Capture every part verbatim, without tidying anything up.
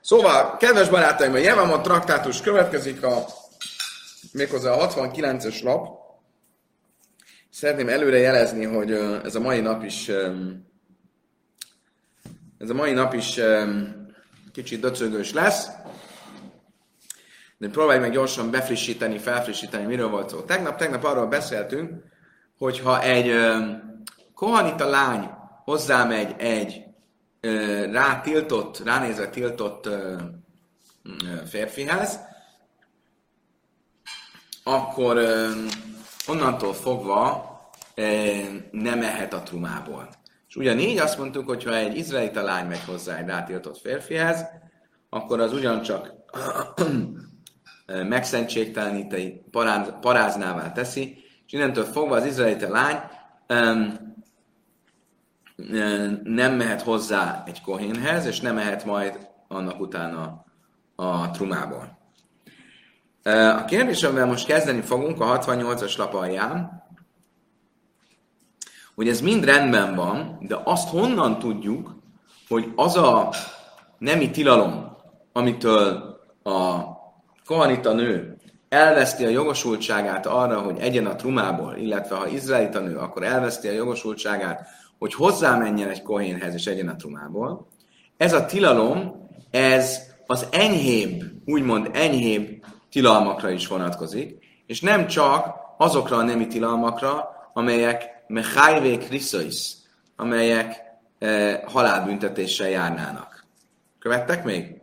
Szóval, kedves barátaim, a Jevamot traktátus következik, a, méghozzá a hatvankilences lap. Szeretném előre jelezni, hogy ez a mai nap is ez a mai nap is kicsit döcögős lesz, de próbálj meg gyorsan befrissíteni, felfrissíteni, miről volt szó. Tegnap, tegnap arról beszéltünk, hogyha egy kohanita lány hozzámegy egy rá tiltott, ránézve tiltott férfihez, akkor onnantól fogva nem ehet a trumából. És ugyanígy azt mondtuk, hogy ha egy izraelita lány megy hozzá egy rátiltott férfihez, akkor az ugyancsak megszentségteleníteni, paráz, paráznává teszi, és innentől fogva az izraelita lány nem mehet hozzá egy kohénhez, és nem mehet majd annak utána a trumából. A kérdés, amivel most kezdeni fogunk a hatvannyolcas lap alján, hogy ez mind rendben van, de azt honnan tudjuk, hogy az a nemi tilalom, amitől a kohanita nő elveszti a jogosultságát arra, hogy egyen a trumából, illetve ha izraelita nő, akkor elveszti a jogosultságát, hogy hozzámenjen egy kohénhez és egyen a trumából. Ez a tilalom, ez az enyhébb, úgymond enyhébb tilalmakra is vonatkozik, és nem csak azokra a nemi tilalmakra, amelyek mechajvé kriszais, amelyek e, halálbüntetéssel járnának. Követtek még?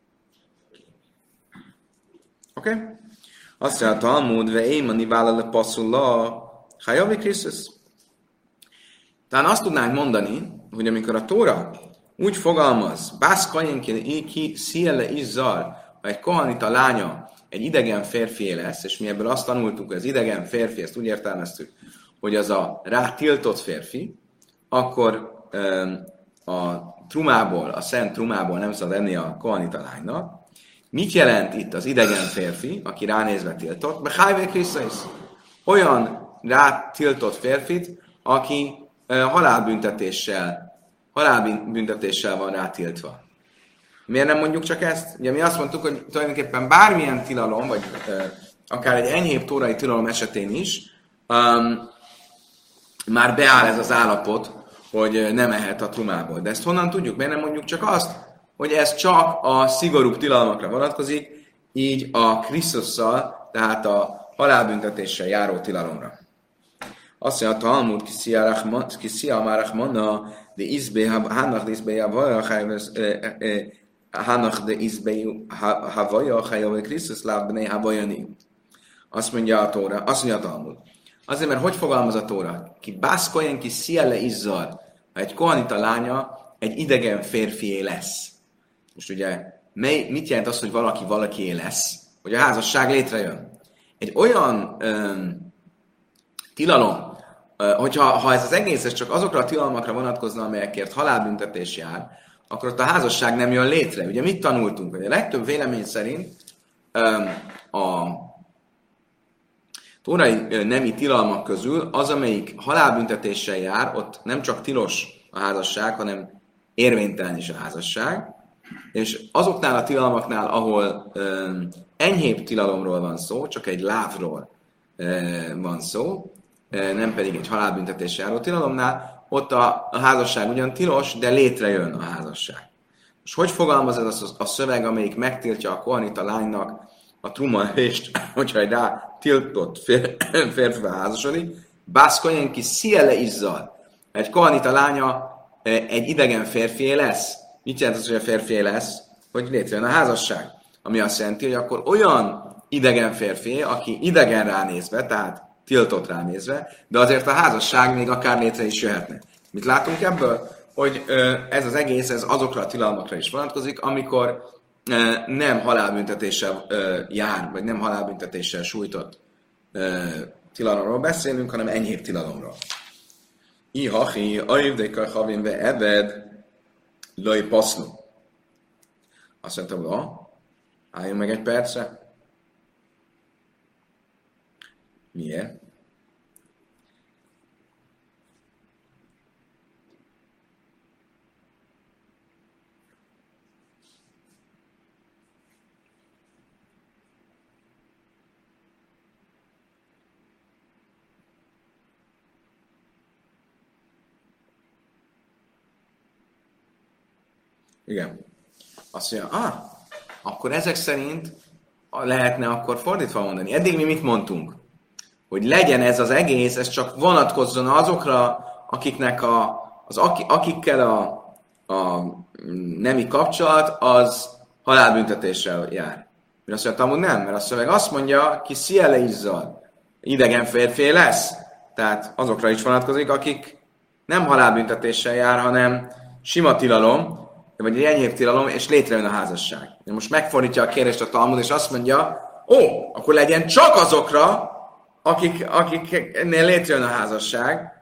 Oké? Okay? Azt mondja, Talmud, ve émani vállal passzulla, hajjavé kriszis. Talán azt tudnánk mondani, hogy amikor a Tóra úgy fogalmaz, bász kajenki ki sziele izzal, ha egy kohanita lánya egy idegen férfié lesz, és mi ebből azt tanultuk, hogy az idegen férfi, ezt úgy értelmeztük, hogy az a rá tiltott férfi, akkor a trumából, a szent trumából nem szabad enni a kohanita lánynak. Mit jelent itt az idegen férfi, aki ránézve tiltott? Bechajvé kriszais. Olyan rá tiltott férfit, aki halálbüntetéssel, halálbüntetéssel van rátiltva. Miért nem mondjuk csak ezt? Ugye mi azt mondtuk, hogy tulajdonképpen bármilyen tilalom, vagy uh, akár egy enyhébb tórai tilalom esetén is, um, már beáll ez az állapot, hogy nem ehet a trumából. De ezt honnan tudjuk? Miért nem mondjuk csak azt, hogy ez csak a szigorúbb tilalmakra vonatkozik, így a Krisztusszal, tehát a halálbüntetéssel járó tilalomra. Azt mondja, a Talmud, ki szia márachmana, de izbé, hánach de izbé, hánach de izbé, havaja, hajjava, Krisztus lábbené, havajani. Azt mondja a Tóra, azt mondja a Talmud. Azért, mert hogy fogalmaz a Tóra? Ki bászkoljen, ki sziele izzal, ha egy kohanita lánya egy idegen férfié lesz. Most ugye, mely, mit jelent az, hogy valaki valakié lesz? Hogy a házasság létrejön. Egy olyan öm, tilalom, hogyha ha ez az egész ez csak azokra a tilalmakra vonatkozna, amelyekért halálbüntetés jár, akkor ott a házasság nem jön létre. Ugye mit tanultunk? Hogy a legtöbb vélemény szerint a tórai nemi tilalmak közül az, amelyik halálbüntetéssel jár, ott nem csak tilos a házasság, hanem érvénytelen is a házasság. És azoknál a tilalmaknál, ahol enyhébb tilalomról van szó, csak egy lávról van szó, nem pedig egy halálbüntetéssel járó tilalomnál, ott a, a házasság ugyan tilos, de létrejön a házasság. És hogy fogalmaz ez a, a szöveg, amelyik megtiltja a kohanita lánynak a trumalést, hogyha egy rá tiltott fér, férfivel házasodik? Bászkoljen ki sziele izzal. Egy kohanita lánya egy idegen férfié lesz. Mit jelent az, hogy a férfié lesz? Hogy létrejön a házasság. Ami azt jelenti, hogy akkor olyan idegen férfié, aki idegen ránézve, tehát tiltott ránézve, de azért a házasság még akár létre is jöhetne. Mit látunk ebből? Hogy ez az egész ez azokra a tilalmakra is vonatkozik, amikor nem halálbüntetéssel jár, vagy nem halálbüntetéssel sújtott tilalomról beszélünk, hanem enyhébb tilalomról. Ihachi, ajvdéka havinve eved, loj paszlu. Azt mondtam, hogy álljunk meg egy percre. Miért? Igen. Azt mondja, ah, akkor ezek szerint lehetne akkor fordítva mondani. Eddig mi mit mondtunk? Hogy legyen ez az egész, ez csak vonatkozzon azokra, akiknek a, az, akikkel a, a nemi kapcsolat, az halálbüntetéssel jár. Mert azt mondja, Talmud nem, mert a szöveg azt mondja, ki sziele izzal, idegen férfi lesz. Tehát azokra is vonatkozik, akik nem halálbüntetéssel jár, hanem sima tilalom, vagy egy enyhébb tilalom, és létrejön a házasság. Most megfordítja a kérdést a Talmud, és azt mondja, ó, akkor legyen csak azokra, akik, akiknél létrejön a házasság,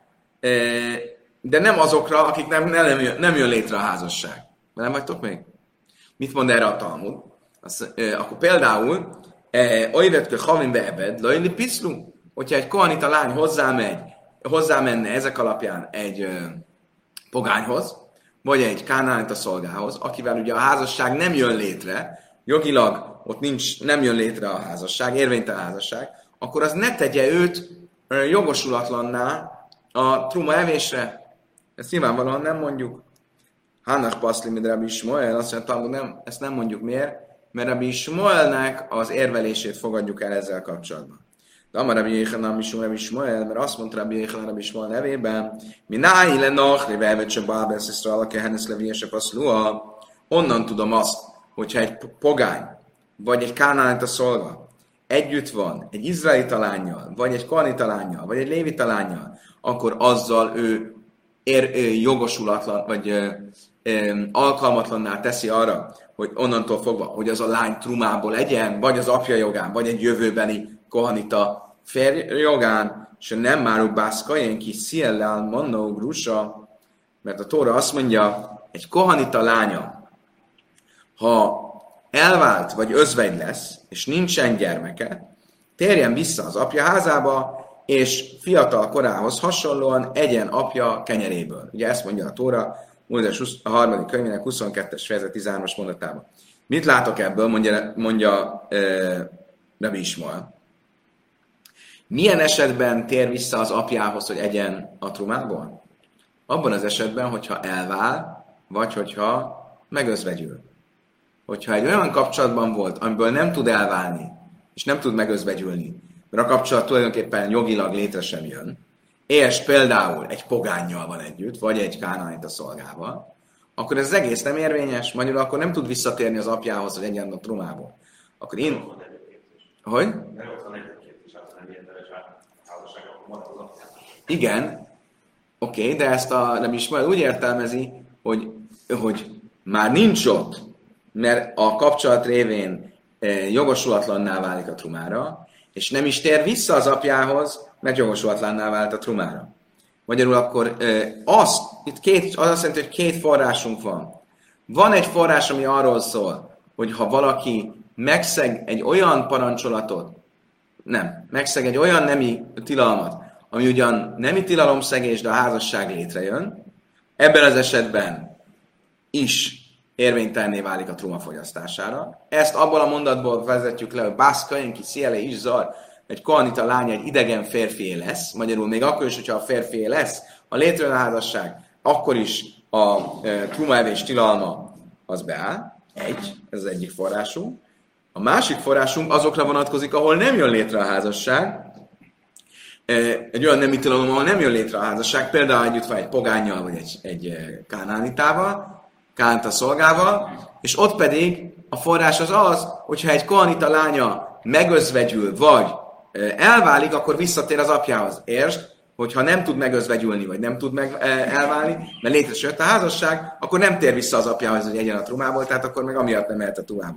de nem azokra, akik nem, nem, jön, nem jön létre a házasság. Nem vagytok még? Mit mond erre a Talmud? Azt, eh, akkor például, olyvetke havin beebed, lajli piszlu, hogyha egy kohanita lány hozzámegy, hozzámenne ezek alapján egy eh, pogányhoz, vagy egy kánánita szolgához, akivel ugye a házasság nem jön létre, jogilag ott nincs, nem jön létre a házasság, érvénytelen házasság, akkor az ne tegye őt eh, jogosulatlanná a truma evésre. Ezt nyilvánvalóan nem mondjuk. Hánach paszli, mint Rabbi Ismoel, azt mondja, nem, ezt nem mondjuk miért, mert Rabbi Ismoelnek az érvelését fogadjuk el ezzel kapcsolatban. De amar Rabbi Jéhanan Rabbi Ismoel, mert azt mondta Rabbi Jéhanan Rabbi Ismoel nevében, mi náhi le nachri vevet se bábesz iszra alake henesz levi se paszlua. Onnan tudom azt, hogyha egy pogány, vagy egy kánánita szolga együtt van egy izraelita lánnyal, vagy egy kohanita lánnyal, vagy egy lévita lánnyal, akkor azzal ő ér, jogosulatlan, vagy ö, ö, alkalmatlanná teszi arra, hogy onnantól fogva, hogy az a lány trumából legyen, vagy az apja jogán, vagy egy jövőbeli kohanita férj jogán, és nem már bászka, ilyen kis sziellel, mannó, grusa, mert a Tóra azt mondja, egy kohanita lánya, ha elvált, vagy özvegy lesz, és nincsen gyermeke, térjen vissza az apja házába, és fiatal korához hasonlóan egyen apja kenyeréből. Ugye ezt mondja a Tóra, Mózes a harmadik könyvének huszonkettes fejezet tizenhármas mondatában. Mit látok ebből, mondja, mondja e, Rabbi Ismoel. Milyen esetben tér vissza az apjához, hogy egyen a trumából? Abban az esetben, hogyha elvál, vagy hogyha megözvegyül. Hogyha egy olyan kapcsolatban volt, amiből nem tud elválni, és nem tud megözvegyülni, mert a kapcsolat tulajdonképpen jogilag létre sem jön, és például egy pogánnyal van együtt, vagy egy kánánita szolgával, akkor ez az egész nem érvényes, magyarul akkor nem tud visszatérni az apjához, hogy egyen a trumából. Akkor én... Hogy? Igen, oké, okay, de ezt a nem is majd úgy értelmezi, hogy, hogy már nincs ott, mert a kapcsolat révén jogosulatlanná válik a trumára, és nem is tér vissza az apjához, mert jogosulatlanná vált a trumára. Magyarul akkor azt, itt két, az azt jelenti, hogy két forrásunk van. Van egy forrás, ami arról szól, hogy ha valaki megszeg egy olyan parancsolatot, nem, megszeg egy olyan nemi tilalmat, ami ugyan nemi tilalomszegés, de a házasság létrejön, ebben az esetben is érvénytelenné válik a truma fogyasztására. Ezt abból a mondatból vezetjük le, hogy bászka, ilyen ki sziele is zar, egy kohanita lánya egy idegen férfié lesz, magyarul még akkor is, hogyha a férfié lesz, ha létrejön a házasság, akkor is a e, trumaevés tilalma az beáll. Egy, ez az egyik forrásunk. A másik forrásunk azokra vonatkozik, ahol nem jön létre a házasság, e, egy olyan nemi tilalom, ahol nem jön létre a házasság, például együtt van egy pogánnyal, vagy egy, egy kánánitával, kánta szolgával, és ott pedig a forrás az az, hogyha egy kohanita lánya megözvegyül, vagy elválik, akkor visszatér az apjához. Értsd, hogyha nem tud megözvegyülni, vagy nem tud meg elválni, mert létre se jött a házasság, akkor nem tér vissza az apjához, hogy egyen a trumából, tehát akkor meg amiatt nem mehet a trumába.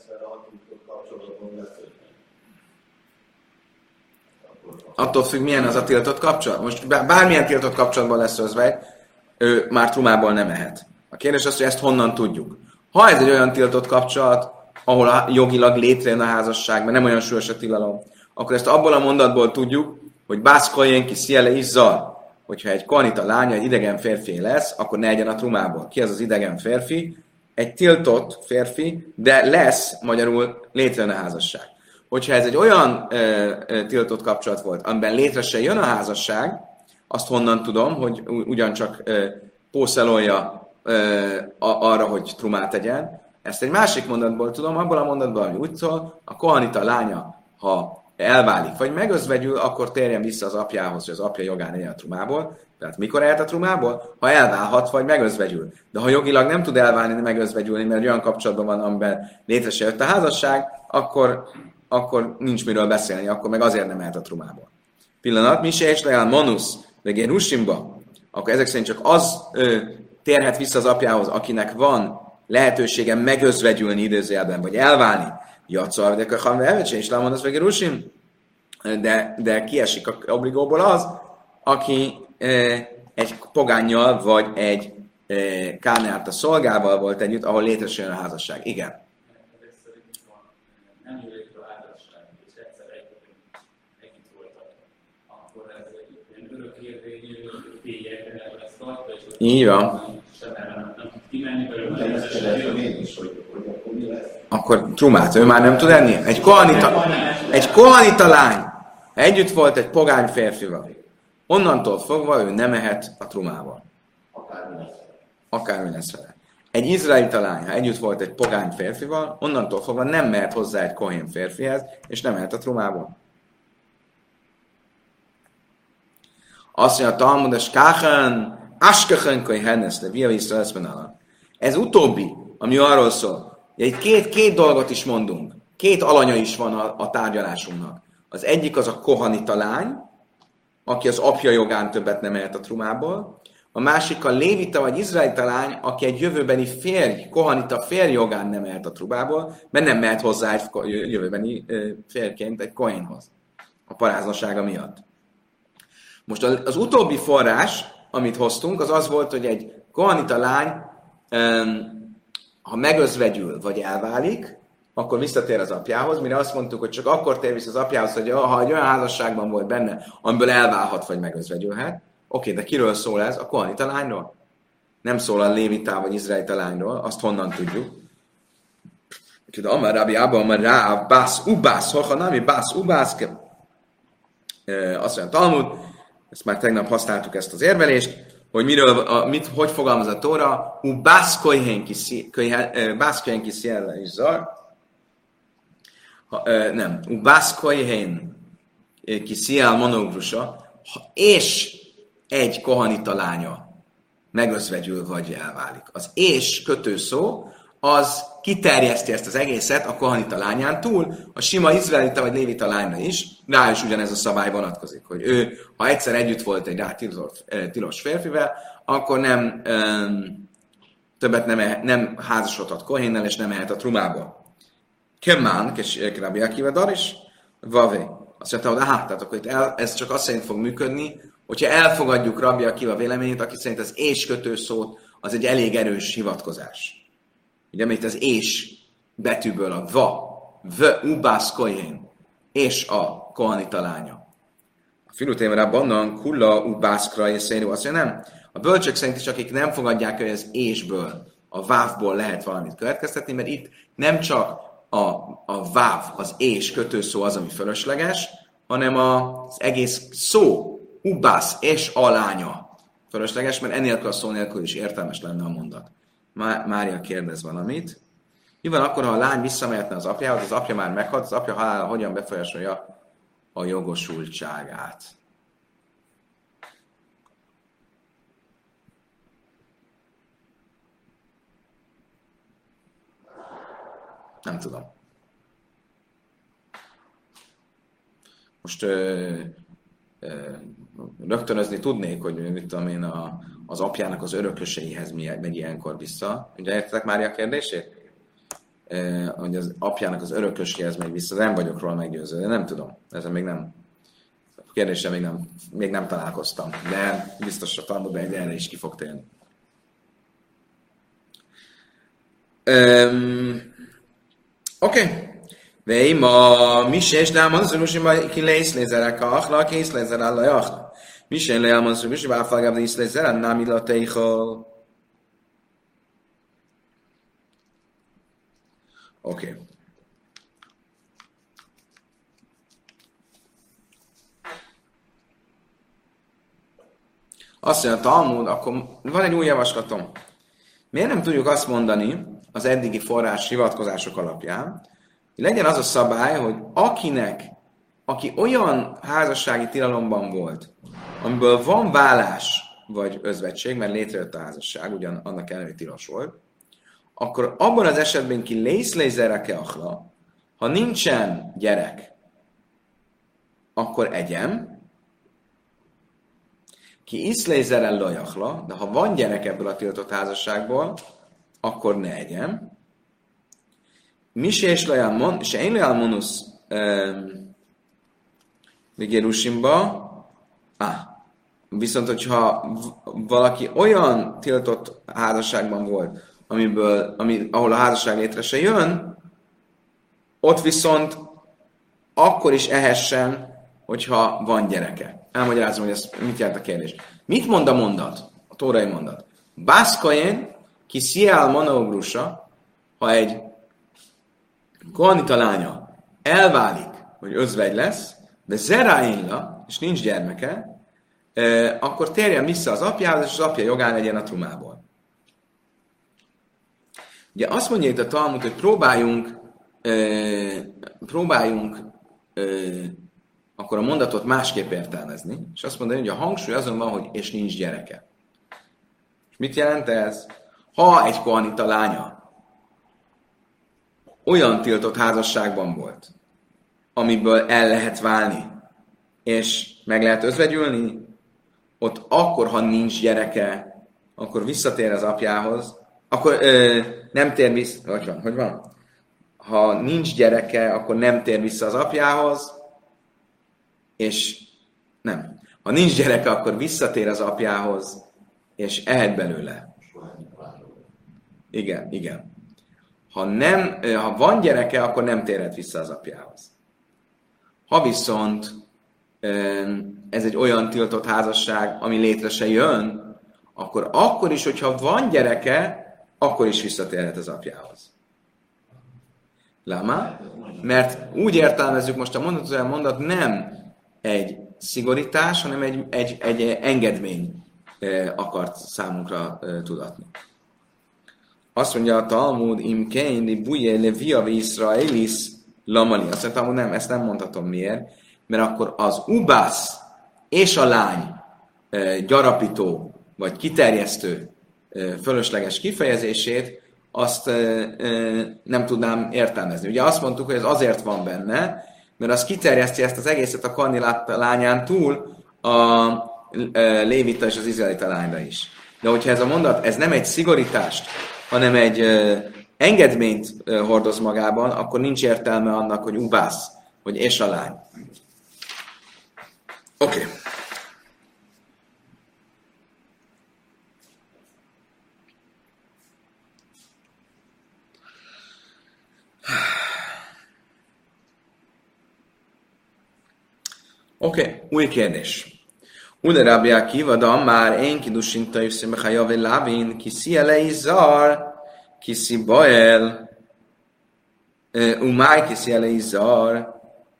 Attól függ, milyen az a tiltott kapcsolat. Most bármilyen tiltott kapcsolatban lesz özvegy, ő már trumából nem mehet. A kérdés az, hogy ezt honnan tudjuk. Ha ez egy olyan tiltott kapcsolat, ahol a jogilag létrejön a házasság, mert nem olyan súlyos a tilalom, akkor ezt abból a mondatból tudjuk, hogy bászkoljen ki sziele is zar. Hogyha egy kohanita lánya egy idegen férfi lesz, akkor ne egyen a trumából. Ki az az idegen férfi? Egy tiltott férfi, de lesz, magyarul létrejön a házasság. Hogyha ez egy olyan e, e, tiltott kapcsolat volt, amiben létre se jön a házasság, azt honnan tudom, hogy ugyancsak e, pószelolja ö, a, arra, hogy trumát tegyen. Ezt egy másik mondatból tudom, abból a mondatból, ami úgy szól, a kohanita lánya, ha elválik, vagy megözvegyül, akkor térjen vissza az apjához, hogy az apja jogán éljen a trumából. Tehát mikor ehet a trumából? Ha elválhat, vagy megözvegyül. De ha jogilag nem tud elválni, megözvegyülni, mert olyan kapcsolatban van, amiben létre se jött a házasság, akkor, akkor nincs miről beszélni, akkor meg azért nem ehet a trumából. Pillanat, mi se és leáll Manusz, vagy Gerusimba, akkor ezek szerint csak az ö, térhet vissza az apjához, akinek van lehetősége megözvegyülni idézőjelben, vagy elválni. Jacar, de ha elvecsen is leáll Manusz, vagy Gerusim, de, de kiesik a obligóból az, aki ö, egy pogánnyal, vagy egy káneárta szolgával volt együtt, ahol létesül a házasság. Igen. Nem jöjjük a házasság, és egyszer együtt voltak, akkor ez egy örökérvényű télyekre lesz tartva, és így van. sem nem tud kimenni belőle. Akkor trumát, ő már nem tud enni? Egy kohanita, egy kohanita lány együtt volt egy pogány férfival. Onnantól fogva ő nem ehet a trumával. Akármi lesz vele. Egy izraelita lány, ha együtt volt egy pogány férfival, onnantól fogva nem mehet hozzá egy kohén férfihez, és nem mehet a trumából. Azt mondja, a Talmud, és káchen, askachen kohenesz, de via vissza eszmenala. Ez utóbbi, ami arról szól, hogy két, két dolgot is mondunk. Két alanya is van a, a tárgyalásunknak. Az egyik az a kohanita lány, aki az apja jogán többet nem mehet a trumából. A másik a lévita vagy izraelita lány, aki egy jövőbeni férj, kohanita férj jogán nem mehet a trubából, mert nem mehet hozzá egy jövőbeni férjként egy kohénhoz. A paráznasága miatt. Most az utóbbi forrás, amit hoztunk, az az volt, hogy egy kohanita lány, ha megözvegyül vagy elválik, akkor visszatér az apjához, mire azt mondtuk, hogy csak akkor tér vissza az apjához, hogy ha egy olyan házasságban volt benne, amiből elválhat vagy megözvegyülhet. Oké, de kiről szól ez? A kohanita lányról? Nem szól a lévitá vagy izraelita lányról, azt honnan tudjuk? Úgyhogy amár Rabbi Abba, amár rá, bász, ubász, ha nami, bász, ubász, azt mondja Talmud, ezt már tegnap használtuk ezt az érvelést, hogy miről, a, mit, hogy fogalmaz a Tóra, ubász koihén kisziele is zar, nem, ubász koihén kisziel monogrusa, és egy kohanita lánya megözvegyül vagy elválik. Az és kötőszó, az kiterjeszti ezt az egészet a kohanita lányán túl, a sima izraelita vagy lévita lányra is, rá is ugyanez a szabály vonatkozik, hogy ő, ha egyszer együtt volt egy rá tilos, tilos férfivel, akkor nem um, többet nem, nem házasodhat kohénnel, és nem mehet a trumába. Kemán, és Rabbi Akiva dar is, vavé. Azt mondta, hogy hát, tehát akkor itt el, ez csak azt szerint fog működni, hogyha elfogadjuk Rabbi Akiva véleményét, aki szerint az és kötőszót az egy elég erős hivatkozás. Ugye, amit az és betűből a va, v, ubász kohén, és a kohanita lánya. A filutémrában onnan kulla ubászkra és szénő, azt mondja, nem. A bölcsök szerint is, akik nem fogadják, hogy az ésből, a vávból lehet valamit következtetni, mert itt nem csak a, a váv, az és kötőszó az, ami fölösleges, hanem az egész szó, ubász és a lánya fölösleges, mert ennélkül a szó nélkül is értelmes lenne a mondat. Má- Mária kérdez valamit. Mi van akkor, ha a lány visszamehetne az apjához, az apja már meghalt, az apja halála hogyan befolyásolja a jogosultságát? Nem tudom. Most ö, ö, rögtönözni tudnék, hogy mit tudom én, a, az apjának az örököseihez megy ilyenkor vissza. Ugye értetek Mária kérdését? Ö, hogy az apjának az örököseihez megy vissza, nem vagyok róla meggyőződve, nem tudom. Ezen még nem, a kérdéssel még nem, még nem találkoztam, de biztos a Talmudban egy erre is ki fog térni. Um, Oké. Okay. Veim a misés, de elmondom, hogy ki lész lézerek a achla, ki lész lézer áll a achla. Misén le elmondom, hogy váfalgább lész lézer, nem illateichol. Oké. Okay. Azt mondja a Talmud, akkor van egy új javaslatom. Miért nem tudjuk azt mondani az eddigi forrás hivatkozások alapján, hogy legyen az a szabály, hogy akinek, aki olyan házassági tilalomban volt, amiből van vállás vagy özvegység, mert létrejött a házasság, ugyan annak ellenére tilos volt, akkor abban az esetben ki lészlézerre keachla, ha nincsen gyerek, akkor egyem, ki iszlézerrel lojachla, de ha van gyerek ebből a tiltott házasságból, akkor ne egyem. Mise és loján mon, és én loján monusz Gérusimba, ah, viszont hogyha valaki olyan tiltott házasságban volt, amiből, ami, ahol a házasság létre se jön, ott viszont akkor is ehessen, hogyha van gyereke. Elmagyarázom, hogy ez mit jelent a kérdés. Mit mond a mondat? A tórai mondat. Bászkajén, ki sziál monogrusa, ha egy kohanita lánya elválik, hogy özvegy lesz, de zeráinla, és nincs gyermeke, akkor térjen vissza az apjához, és az apja jogán legyen a trumából. Ugye azt mondja itt a Talmud, hogy próbáljunk, próbáljunk akkor a mondatot másképp értelmezni, és azt mondani, hogy a hangsúly azon van, hogy és nincs gyereke. És mit jelent ez? Ha egy kohanita lánya olyan tiltott házasságban volt, amiből el lehet válni, és meg lehet özvegyülni, ott akkor, ha nincs gyereke, akkor visszatér az apjához, akkor ö, nem tér vissza, hogy van, hogy van? Ha nincs gyereke, akkor nem tér vissza az apjához, és nem. Ha nincs gyereke, akkor visszatér az apjához, és ehet belőle. Igen, igen. Ha, nem, ha van gyereke, akkor nem térhet vissza az apjához. Ha viszont ez egy olyan tiltott házasság, ami létre se jön, akkor akkor is, hogyha van gyereke, akkor is visszatérhet az apjához. Lama? Mert úgy értelmezzük most a mondatot, hogy a mondat nem egy szigorítás, hanem egy, egy, egy engedmény akart számunkra tudatni. Azt mondja a Talmud, im kein buje levia Israelis lamani. Azt mondja a Talmud, nem, ezt nem mondhatom miért, mert akkor az ubász és a lány gyarapító vagy kiterjesztő fölösleges kifejezését azt nem tudnám értelmezni. Ugye azt mondtuk, hogy ez azért van benne, mert az kiterjeszti ezt az egészet a Karnilát lányán túl a lévita és az izraelita lányra is. De hogyha ez a mondat, ez nem egy szigorítást, hanem egy engedményt hordoz magában, akkor nincs értelme annak, hogy ubász, hogy és a lány. Oké. Okay. Oké, okay. Új kérdés. Ule Rabbi Akiva, de már én kidusinta és Mechajavé Lávin, ki szielei zar, ki szibael, umáj ki szielei zar,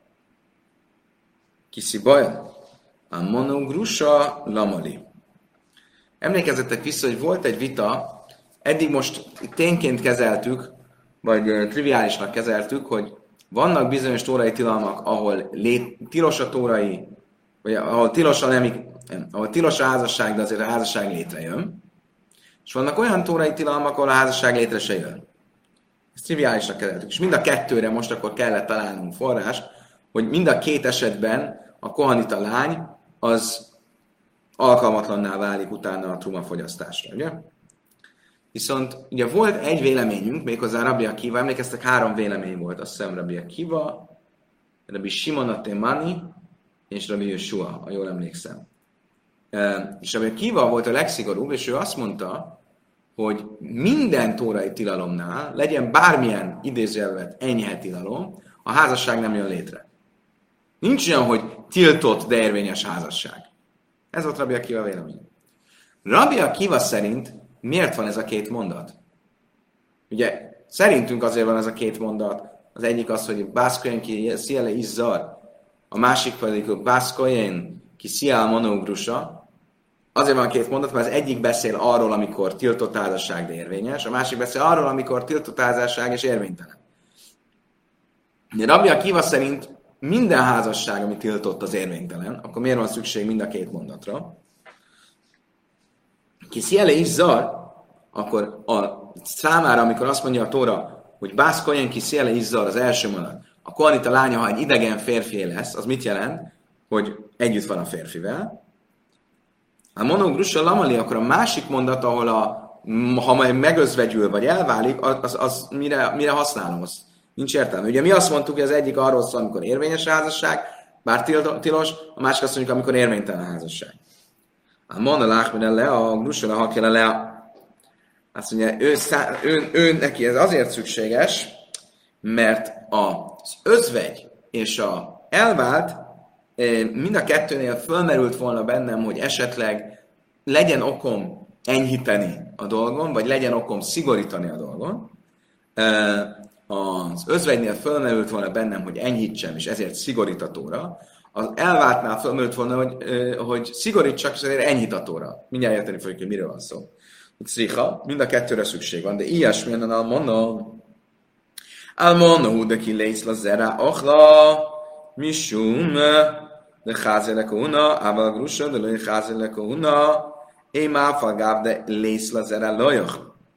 ki szibael. A monogrusa lamali. Emlékezzetek vissza, hogy volt egy vita, eddig most tényként kezeltük, vagy triviálisnak kezeltük, hogy vannak bizonyos tórai tilalmak, ahol lé, tilos a tórai, vagy ahol tilos a, nem, ahol tilos a házasság, de azért a házasság létrejön. És vannak olyan tórai tilalmak, ahol a házasság létre se jön. Ezt triviálisnak kezeltük. És mind a kettőre most akkor kellett találnunk forrást, hogy mind a két esetben a kohanita lány az alkalmatlanná válik utána a truma fogyasztásra, ugye? Viszont ugye volt egy véleményünk, méghozzá Rabbi Akiva, emlékeztek, három vélemény volt, azt hiszem Rabbi Akiva, Rabbi Simon a Témani, és Rabbi Yeshua, ha jól emlékszem. És Rabbi Akiva volt a legszigorúbb, és ő azt mondta, hogy minden tórai tilalomnál, legyen bármilyen idézőjelvet enyhe tilalom, a házasság nem jön létre. Nincs olyan, hogy tiltott, de érvényes házasság. Ez volt Rabbi Akiva vélemény. Rabbi Akiva szerint miért van ez a két mondat? Ugye szerintünk azért van ez a két mondat. Az egyik az, hogy bászkojen ki sziele izzar, a másik pedig, hogy bászkojen ki sziál monogrusa, azért van két mondat, mert az egyik beszél arról, amikor tiltott házasság, de érvényes, a másik beszél arról, amikor tiltott házasság és érvénytelen. De Rabbi Akiva szerint minden házasság, ami tiltott, az érvénytelen, akkor miért van szükség mind a két mondatra? Ki sziele is zar, akkor a számára, amikor azt mondja a Tóra, hogy bászkoljen ki sziele is zar, az első mondat, a kohanita lánya, ha egy idegen férfi lesz, az mit jelent? Hogy együtt van a férfivel. Ha monogrussa lamali, akkor a másik mondat, ahol a, ha majd megözvegyül, vagy elválik, az, az mire, mire használom, az nincs értelme. Ugye mi azt mondtuk, hogy az egyik arról szól, amikor érvényes házasság, bár tilos, a másik azt mondjuk, amikor érvénytelen házasság. A monolák, mire le, a grussa ha kell le, azt mondja, ő, szá, ő, ő, neki ez azért szükséges, mert az özvegy és a elvált mind a kettőnél fölmerült volna bennem, hogy esetleg legyen okom enyhíteni a dolgon, vagy legyen okom szigorítani a dolgon. Az özvegynél fölmerült volna bennem, hogy enyhítsem, és ezért szigorítatóra. Az elváltnál fölmerült volna, hogy, hogy szigorítsak, és ezért enyhítatóra. Mindjárt érteni fogjuk, hogy miről van szó. Szriha, mind a kettőre szükség van, de ilyesmilyen almonna. Almonna hú, de ki lész la zera, achla, misum, de házelek una, ával grusa, de lőj házelek una, én már fagább, de lész la zera lajach.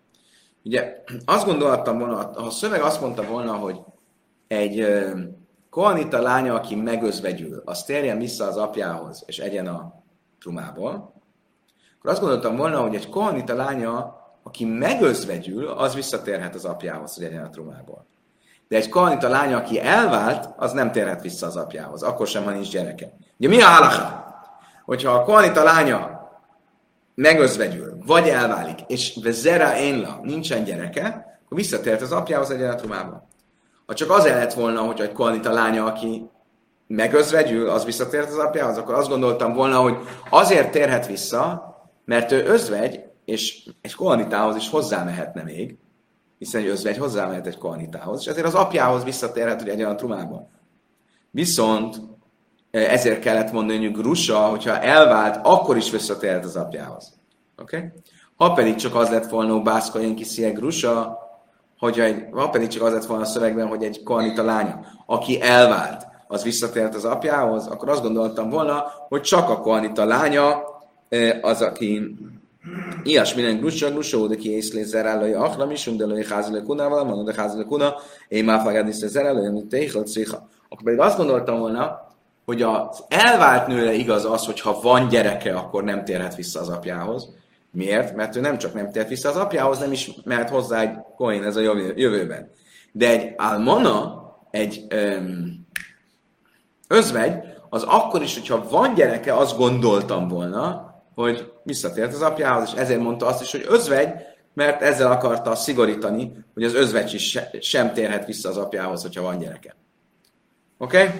Ugye azt gondoltam volna, ha a szöveg azt mondta volna, hogy egy uh, kohanita lánya, aki megözvegyül, az térjen vissza az apjához, és egyen a trumából, akkor azt gondoltam volna, hogy egy kohanita lánya, aki megözvegyül, az visszatérhet az apjához, hogy egyen a trumából. De egy kohanita lánya, aki elvált, az nem térhet vissza az apjához, akkor sem, ha nincs gyereke. Ugye mi a halacha? Hogyha a kohanita lánya megözvegyül, vagy elválik, és zera énla, nincsen gyereke, akkor visszatért az apjához egyen a trumába. Ha csak az lett volna, hogy egy kohanita lánya, aki megözvegyül, az visszatért az apjához, akkor azt gondoltam volna, hogy azért térhet vissza, mert ő özvegy, és egy kohanitához is hozzámehetne még, hiszen egy özvegy hozzámehet egy kohanitához, és ezért az apjához visszatérhet, hogy egyen a trumában. Viszont ezért kellett mondani, hogy grusa, hogyha elvált, akkor is visszatérhet az apjához. Oké? Okay? Ha pedig csak az lett volna, hogy bászkoljen ki szia grusa, hogyha egy, ha pedig csak az lett volna a szövegben, hogy egy kohanita lánya, aki elvált, az visszatért az apjához, akkor azt gondoltam volna, hogy csak a kohanita lánya az, aki ilyesmilyen grussa, grussa, de ki észlé zerálója, achlam isunk, de lőj házilő kunával, mondod, de házilő kuna, én már fogad is zerálója, mint téhelt széha. Akkor pedig azt gondoltam volna, hogy az elvált nőre igaz az, hogy ha van gyereke, akkor nem térhet vissza az apjához. Miért? Mert ő nem csak nem tért vissza az apjához, nem is mehet hozzá egy kohén ez a jövőben. De egy almana, egy öm, özvegy, az akkor is, hogyha van gyereke, azt gondoltam volna, hogy visszatért az apjához, és ezért mondta azt is, hogy özvegy, mert ezzel akarta szigorítani, hogy az özvegy is se, sem térhet vissza az apjához, hogyha van gyereke. Oké? Okay?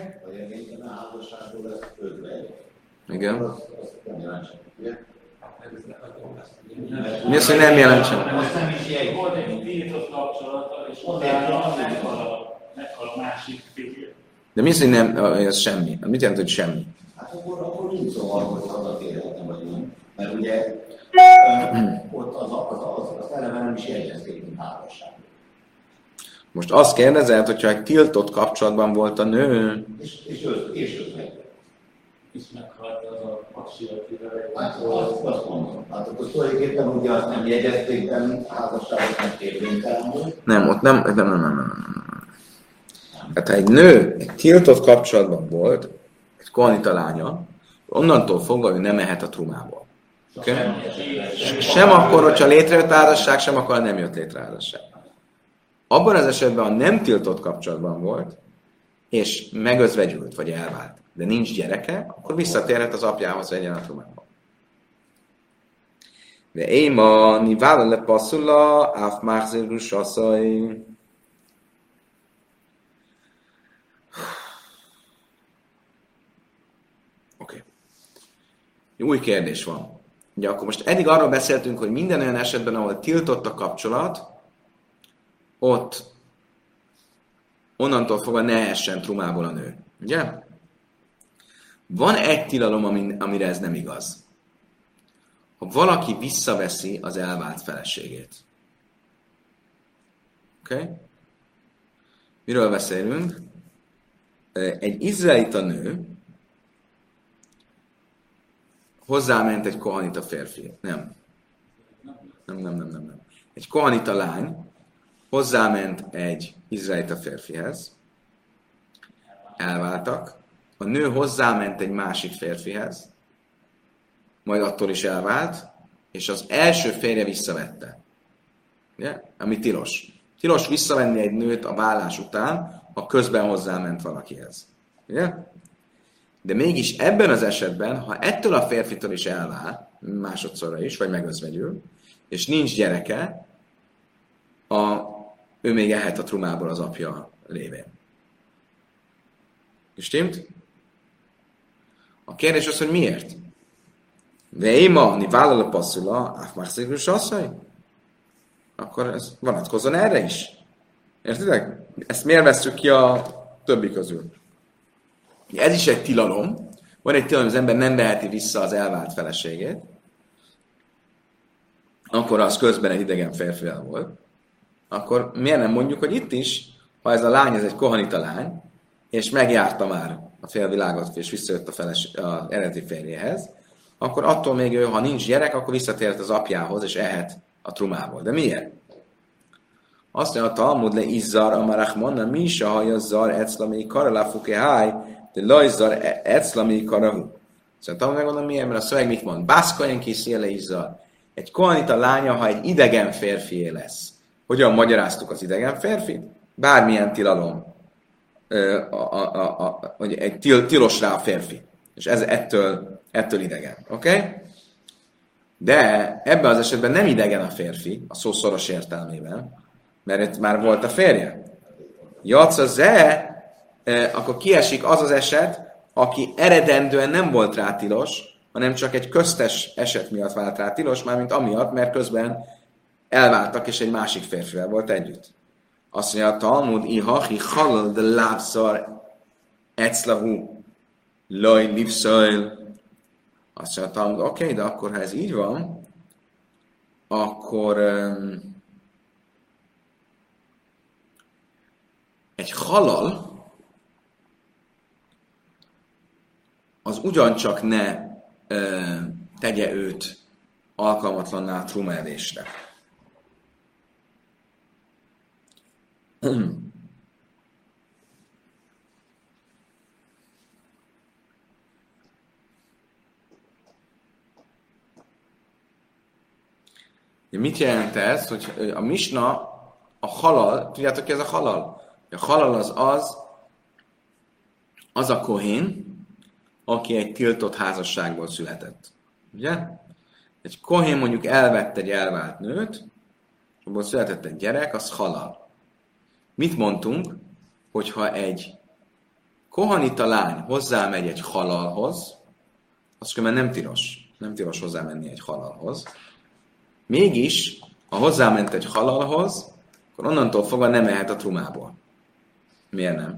Igen. Mi az, hogy nem jelent sem? Volt egy tiltott kapcsolata, és utána meghalt másik férje. De mi az, hogy nem, ez semmi? Mit jelent, hogy semmi? Hát akkor, akkor nincs szó arról, hogy hazatérhetne vagy nem. Mert ugye ott az, az, az, az eleve nem is jegyezték, mint házasság. Most azt kérdezed, hogyha egy tiltott kapcsolatban volt a nő... És, és, és, és özvegy. És meghalt az a paksi, akivel... Hát azt, azt mondom. Hát akkor tulajdonképpen ugye azt nem jegyezték, de mint házasságot nem érvénytelen volt. Nem, ott nem, nem, nem, nem, nem, nem. Hát ha egy nő egy tiltott kapcsolatban volt, egy kohanita lánya, onnantól fogva ő nem mehet a trumából. Okay? Sem akkor, hogyha létrejött házasság, sem akkor nem jött létre házasság. Abban az esetben, ha nem tiltott kapcsolatban volt, és megözvegyült, vagy elvált, de nincs gyereke, akkor visszatérhet az apjához egyen a trumából. De éma, ni vála le passzula, áf máxir russaszai. Oké. Új kérdés van. Ugye akkor most eddig arról beszéltünk, hogy minden olyan esetben, ahol tiltott a kapcsolat, ott onnantól fogva ne essen trumából a nő. Ugye? Van egy tilalom, amire ez nem igaz. ha valaki visszaveszi az elvált feleségét. Oké? Okay? Miről beszélünk? Egy izraelita nő hozzáment egy kohanita férfi. Nem. Nem, nem, nem, nem, nem. Egy kohanita lány hozzáment egy izraelita férfihez. Elváltak. A nő hozzáment egy másik férfihez. Majd attól is elvált. És az első férje visszavette. Ugye? Ami tilos. Tilos visszavenni egy nőt a vállás után, ha közben hozzáment valakihez. Ugye? De mégis ebben az esetben, ha ettől a férfitől is elvál, másodszorra is, vagy megözvegyül, és nincs gyereke, a, ő még ehet a trumából az apja révén. Stimmt? A kérdés az, hogy miért? Véma, ni vállal a passzula, áfmárszékrus asszony? Akkor ez vonatkozzon erre is. Értitek? Ezt miért vesszük ki a többi közül? Ez is egy tilalom. Van egy tilalom, az ember nem veheti vissza az elvált feleségét. Akkor az közben egy idegen férfivel volt. Akkor miért nem mondjuk, hogy itt is, ha ez a lány, ez egy kohanita lány, és megjárta már a félvilágot, és visszajött a feleség, az eredeti férjéhez, akkor attól még ő, ha nincs gyerek, akkor visszatérhet az apjához, és ehet a trumából. De miért? Azt mondja, a Talmud le izzar, amarachmonna, mi is a haja zar, eclamé karalafuke háj, de lajzar, eclamé karahu. Szóval Talmud megmondom, miért, mert a szöveg mit mond? Bászkajen kiszél le izzar. Egy kohanita lánya, ha egy idegen férfié lesz. Hogyan magyaráztuk az idegen férfit? Bármilyen tilalom, a, a, a, a, a, egy til, tilos rá a férfi. És ez ettől, ettől idegen. Oké? Okay? De ebben az esetben nem idegen a férfi, a szó szoros értelmében, mert itt már volt a férje. Jaca ze, akkor kiesik az az eset, aki eredendően nem volt rá tilos, hanem csak egy köztes eset miatt vált rá tilos, mármint amiatt, mert közben elváltak, és egy másik férfivel volt együtt. Azt mondja a Talmud, ihachi halal de lábszar eclahu loj lipszajl. Azt mondja a Talmud, oké, okay, de akkor ha ez így van, akkor um, egy halal az ugyancsak ne ö, tegye őt alkalmatlanná a trumaevésre. Mit jelent ez, hogy a misna, a halal, tudjátok ki ez a halal? A halal az az, az a kohén, aki egy tiltott házasságból született. Ugye? Egy kohén mondjuk elvett egy elvált nőt, abból született egy gyerek, az halal. Mit mondtunk? Hogyha egy kohanita lány hozzámegy egy halalhoz, az különben nem tilos. Nem tilos hozzámenni egy halalhoz. Mégis, ha hozzáment egy halalhoz, akkor onnantól fogva nem ehet a trumából. Miért nem?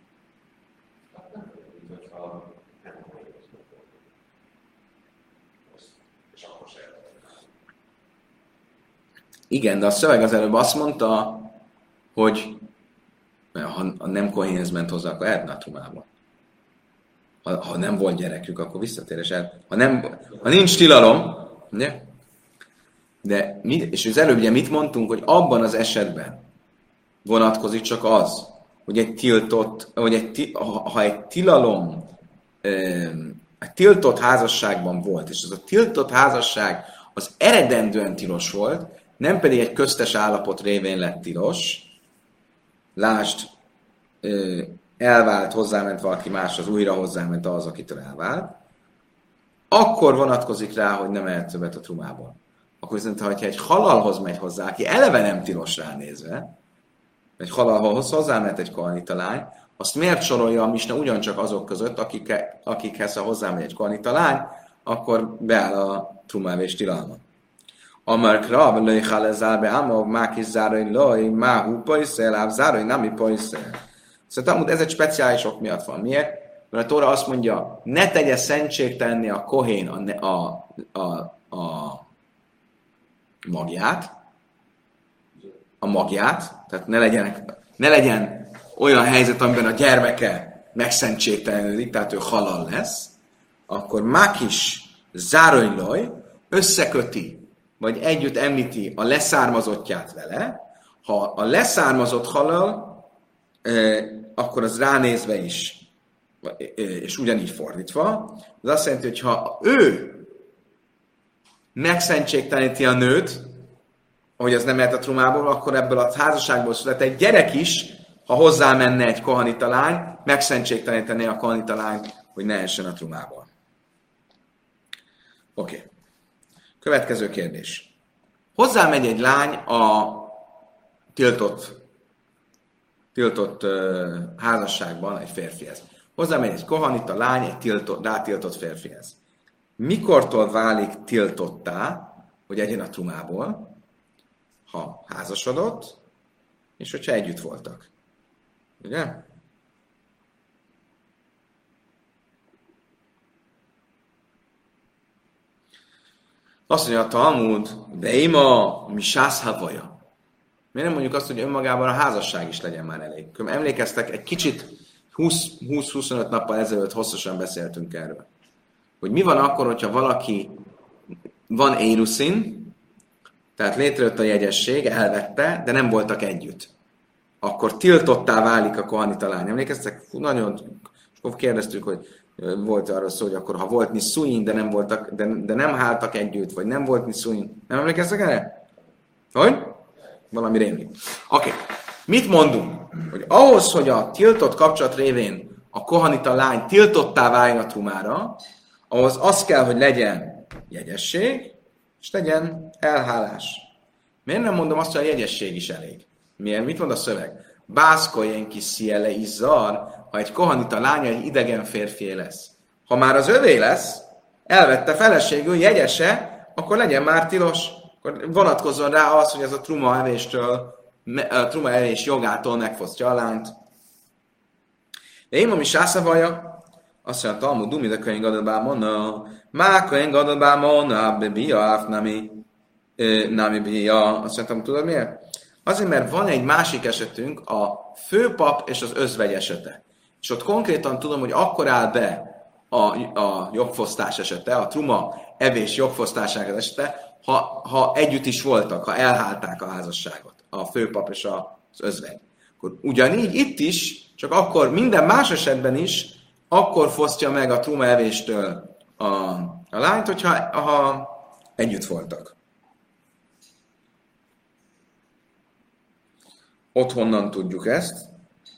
Igen, de a szöveg az előbb azt mondta, hogy ha nem kohénhez ment hozzá, akkor ehetne a trumából. Ha, ha nem volt gyerekük, akkor visszatér, és el, ha, nem, ha nincs tilalom, ugye? De mit, és az előbb ugye mit mondtunk, hogy abban az esetben vonatkozik csak az, hogy egy tiltott, hogy egy, ha egy tilalom, egy tiltott házasságban volt, és az a tiltott házasság az eredendően tilos volt, nem pedig egy köztes állapot révén lett tilos, lásd, elvált, hozzáment valaki más, az újra hozzáment az, akitől elvált, akkor vonatkozik rá, hogy nem ehet többet a trumából. Akkor viszont, ha egy halalhoz megy hozzá, aki eleve nem tilos ránézve, egy halalhoz hozzáment egy kohanita lány, azt miért sorolja a misna ugyancsak azok között, akik, akikhez, ha hozzámegy egy kohanita lány, akkor beáll a trumaevés tilalma. Amar krab, löj halezál be amog, mákis zárói loj, máhú pajszel, áv zárói nami pajszel. Szóval ez egy speciális ok miatt van. Miért? Mert a Tóra azt mondja, ne tegye szentségtelenné a kohén a, a, a, a magját, a magját, tehát ne, legyenek, ne legyen olyan helyzet, amiben a gyermeke megszentségtelenedik, tehát ő halal lesz, akkor Mákis Záronyloj összeköti, vagy együtt említi a leszármazottját vele. Ha a leszármazott halal, akkor az ránézve is, és ugyanígy fordítva, az azt jelenti, hogy ha ő megszentségteleníti a nőt, hogy az nem mehet a trumából, akkor ebből a házasságból szület egy gyerek is, ha hozzá menne egy kohanita lány, megszentségtelenítené a kohanita lányt, hogy ne essen a trumából. Oké. Okay. Következő kérdés. Hozzá megy egy lány a tiltott, tiltott uh, házasságban egy férfihez. Hozzá megy egy kohanita lány egy tiltott, rátiltott férfihez. Mikortól válik tiltottá, hogy egyen a trumából? Ha házasodott, és hogyha együtt voltak. Ugye? Azt mondja a Talmud, de ima mi sászhavaja. Miért nem mondjuk azt, hogy önmagában a házasság is legyen már elég? Emlékeztek, egy kicsit húsz-huszonöt nappal ezelőtt hosszasan beszéltünk erről. Hogy mi van akkor, hogyha valaki van éruszin, tehát létrejött a jegyesség, elvette, de nem voltak együtt. Akkor tiltottá válik a kohanita lány. Emlékeztek? Fú, nagyon, és akkor kérdeztük, hogy volt arról szó, hogy akkor ha volt niszuin, de nem voltak, de, de nem háltak együtt, vagy nem volt niszuin. Nem emlékeztek erre? Hogy? Valami rémlik. Oké. Okay. Mit mondunk? Hogy ahhoz, hogy a tiltott kapcsolat révén a kohanita lány tiltottá váljon a trumára, ahhoz az kell, hogy legyen jegyesség, és legyen elhálás. Miért nem mondom azt, hogy a jegyesség is elég? Miért? Mit mond a szöveg? Bászkoljen ki sziele izzar, ha egy kohanita lánya egy idegen férfié lesz. Ha már az övé lesz, elvette feleségül, jegyese, akkor legyen már tilos. Akkor vonatkozzon rá az, hogy ez a truma evéstől, a truma evés jogától megfosztja a lányt. De én, ami sászavaja, azt mondja, Talmud, dumi, de könyv gadabá monna, má könyv gadabá monna, bebia, áfnami, nami bia. Azt mondtam, tudod miért? Azért, mert van egy másik esetünk, a főpap és az özvegy esete. És ott konkrétan tudom, hogy akkor áll be a, a jogfosztás esete, a truma evés jogfosztásának esete, ha, ha együtt is voltak, ha elhálták a házasságot, a főpap és az özvegy. Akkor ugyanígy itt is, csak akkor minden más esetben is, akkor fosztja meg a truma evéstől a, a lányt, hogyha ha együtt voltak. Ott honnan tudjuk ezt?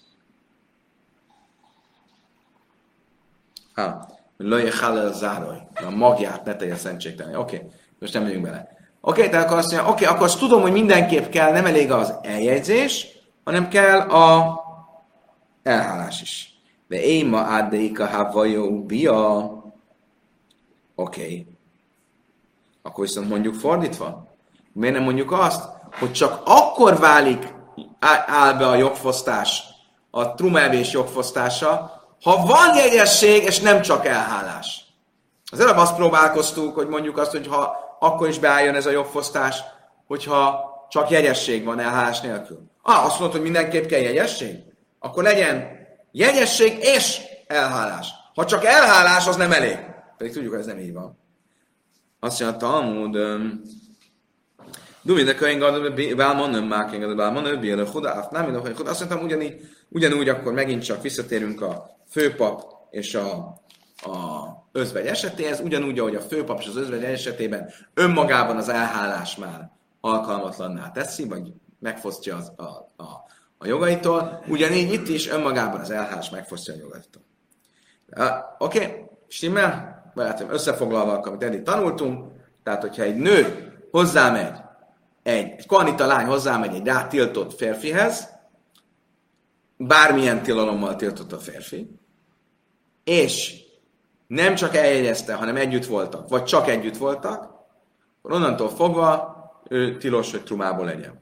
Ha, löje halal zároj. A magját ne tegye szentségtelen. Oké, okay. Most nem megyünk bele. Oké, okay, tehát akkor azt mondja, oké, okay, akkor azt tudom, hogy mindenképp kell, nem elég az eljegyzés, hanem kell a elhálás is. De én ma áddeika havajó bia. Oké. Okay. Akkor viszont mondjuk fordítva. Miért nem mondjuk azt, hogy csak akkor válik áll be a jogfosztás, a trumaevés jogfosztása, ha van jegyesség, és nem csak elhálás. Az előbb azt próbálkoztuk, hogy mondjuk azt, hogy ha akkor is beálljon ez a jogfosztás, hogyha csak jegyesség van elhálás nélkül. Ah, azt mondod, hogy mindenképp kell jegyesség? Akkor legyen jegyesség és elhálás. Ha csak elhálás, az nem elég. Pedig tudjuk, hogy ez nem így van. Azt mondja, Talmud, Dumi, könyv Bálmon, nem már könyv Bálmon, ő bírja, Huda, nem minden, hogy azt mondtam, ugyanígy, ugyanúgy akkor megint csak visszatérünk a főpap és a, a özvegy esetéhez, ugyanúgy, ahogy a főpap és az özvegy esetében önmagában az elhálás már alkalmatlanná teszi, vagy megfosztja az, a, a, a jogaitól, ugyanígy itt is önmagában az elhálás megfosztja a jogaitól. Oké, okay, stimmel? Barátom, összefoglalva, amit eddig tanultunk, tehát hogyha egy nő hozzámegy, egy, egy kohanita lány hozzámegy egy rátiltott férfihez, bármilyen tilalommal tiltott a férfi, és nem csak eljegyezte, hanem együtt voltak, vagy csak együtt voltak, akkor onnantól fogva ő tilos, hogy trumából legyen.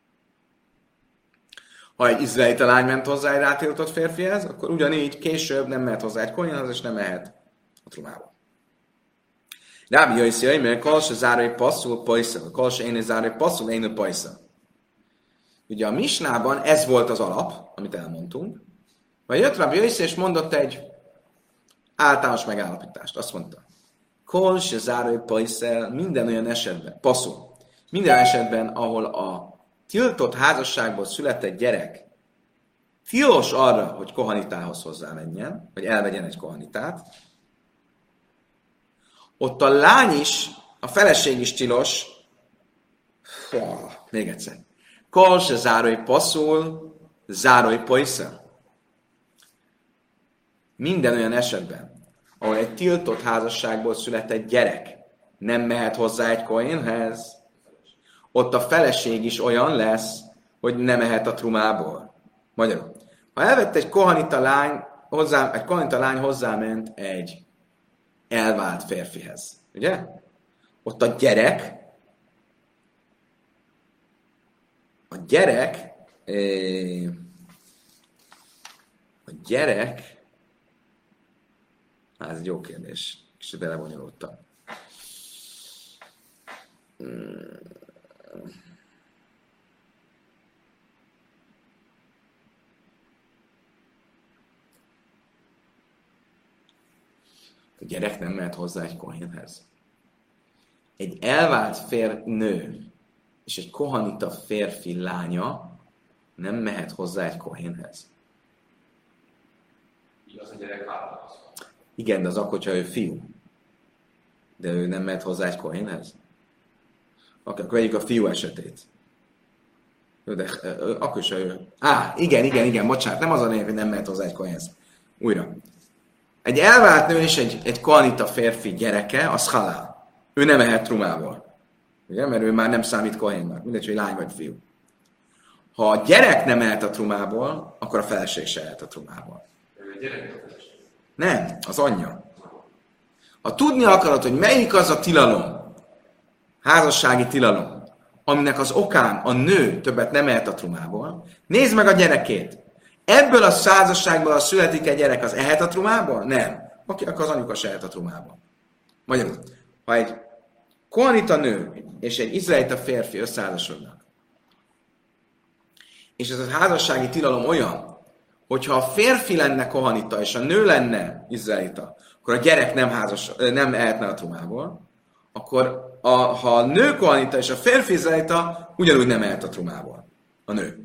Ha egy izraelita lány ment hozzá egy rátiltott férfihez, akkor ugyanígy később nem mehet hozzá egy kohanithoz, és nem mehet a trumából. Rábi Jöjszi, mert kalsa zárai passzul pajsza, kalsa én zárai passzul én pajsza. Ugye a Misnában ez volt az alap, amit elmondtunk, vagy jött Rábi Jöjszi, és mondott egy általános megállapítást. Azt mondta, kalsa zárai pajsza minden olyan esetben, passzul, minden esetben, ahol a tiltott házasságból született gyerek tilos arra, hogy kohanitához hozzámenjen, vagy elvegyen egy kohanitát, ott a lány is, a feleség is tilos, Fá, még egyszer, kol se zárói passzul, zárói pojsza. Minden olyan esetben, ahol egy tiltott házasságból született gyerek nem mehet hozzá egy kohénhez, ott a feleség is olyan lesz, hogy nem mehet a trumából. Magyarul, ha elvett egy kohanita lány, hozzá, egy kohanita lány hozzáment egy elvált férfihez, ugye? Ott a gyerek, a gyerek, a gyerek, hát ez egy jó kérdés, kicsit belebonyolódtam. A gyerek nem mehet hozzá egy kohénhez. Egy elvált fér nő és egy kohanita férfi lánya nem mehet hozzá egy kohénhez. Igaz, a gyerek hálasz. Igen, de az akkor, hogyha ő fiú. De ő nem mehet hozzá egy kohénhez. Akkor vegyük a fiú esetét. Jó, de akkor is ő... Á, igen, igen, igen, bocsánat, nem az a név, hogy nem mehet hozzá egy kohénhez. Újra. Egy elvált nő és egy, egy kohanita férfi gyereke, az halál. Ő nem mehet trumából. Ugye? Mert ő már nem számít kohénnak. Mindegy, hogy lány vagy fiú. Ha a gyerek nem mehet a trumából, akkor a feleség se mehet a trumából. Ő a gyerek a feleség. Nem, az anyja. Ha tudni akarod, hogy melyik az a tilalom, házassági tilalom, aminek az okán a nő többet nem mehet a trumából, nézd meg a gyerekét. Ebből a házasságból születik egy gyerek, az ehet a trumából? Nem. Oké, akkor az anyuka se ehet a trumából. Magyarul, ha egy kohanita nő és egy izraelita férfi összeházasodnak, és ez a házassági tilalom olyan, hogyha a férfi lenne kohanita és a nő lenne izraelita, akkor a gyerek nem, házas, nem ehetne a trumából, akkor a, ha a nő kohanita és a férfi izraelita, ugyanúgy nem ehet a trumából. A nő.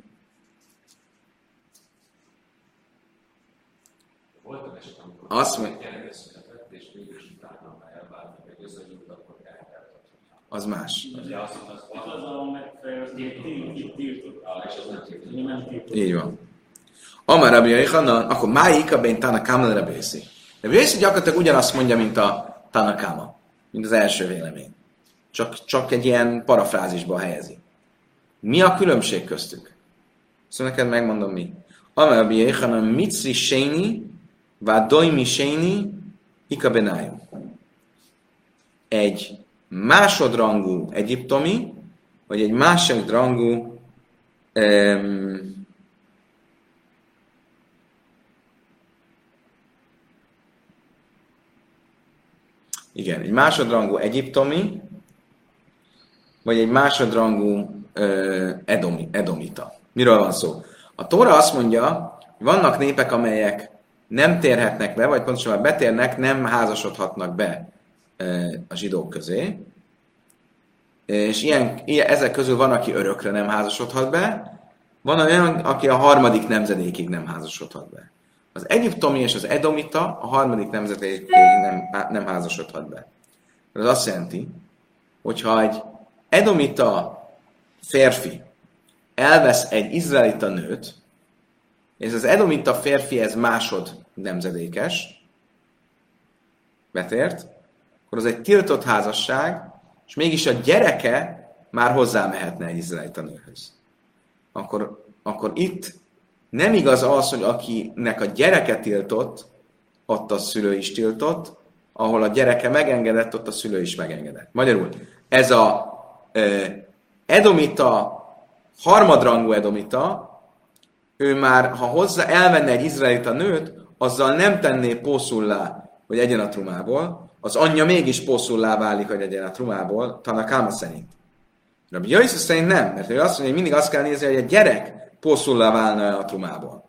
Volt egy eset, amikor Azt mondja, gyerek született, és mégis utána elváltak, vagy összegyújt, akkor elhelt. az más. Ugye azt mondta, Itt az a megfejezés, itt tiltott. és az nem tiltott. Mi nem tiltott. Így van. Amár Rabbi Yochanan, akkor májik a bén Tanakáma Rabbi Yossi. Rabbi Yossi gyakorlatilag ugyanazt mondja, mint a Tanakáma, mint az első vélemény. Csak, csak egy ilyen parafrázisba helyezi. Mi a különbség köztük? Szóval neked megmondom mi. Amár Rabbi Yochanan Mitzri Séni, Vádoimi Séni, Ika Benájum. Egy másodrangú egyiptomi, vagy egy másodrangú um, igen, egy másodrangú egyiptomi, vagy egy másodrangú uh, edomi, edomita. Miről van szó? A Tóra azt mondja, hogy vannak népek, amelyek nem térhetnek be, vagy pontosabban betérnek, nem házasodhatnak be uh, a zsidók közé. És ilyen, ilyen, ezek közül van, aki örökre nem házasodhat be, van olyan, aki a harmadik nemzedékig nem házasodhat be. Az egyiptomi és az edomita a harmadik nemzedékig nem, nem házasodhat be. Ez azt jelenti, hogyha egy edomita férfi elvesz egy izraelita nőt, és az edomita férfi ez másod nemzedékes, betért, akkor az egy tiltott házasság, és mégis a gyereke már hozzámehetne egy izraelita nőhöz. Akkor, akkor itt nem igaz az, hogy akinek a gyereke tiltott, ott a szülő is tiltott, ahol a gyereke megengedett, ott a szülő is megengedett. Magyarul ez a eh, edomita, harmadrangú edomita, ő már, ha hozzá elvenne egy izraelita nőt, azzal nem tenné pószullá, hogy egyen a trumából, az anyja mégis posszullá válik, hogy legyen a trumából, Tanakáma szerint. Rabbi Yossi szerint nem, mert ő azt mondja, hogy mindig azt kell nézni, hogy a gyerek posszullá válna a trumából.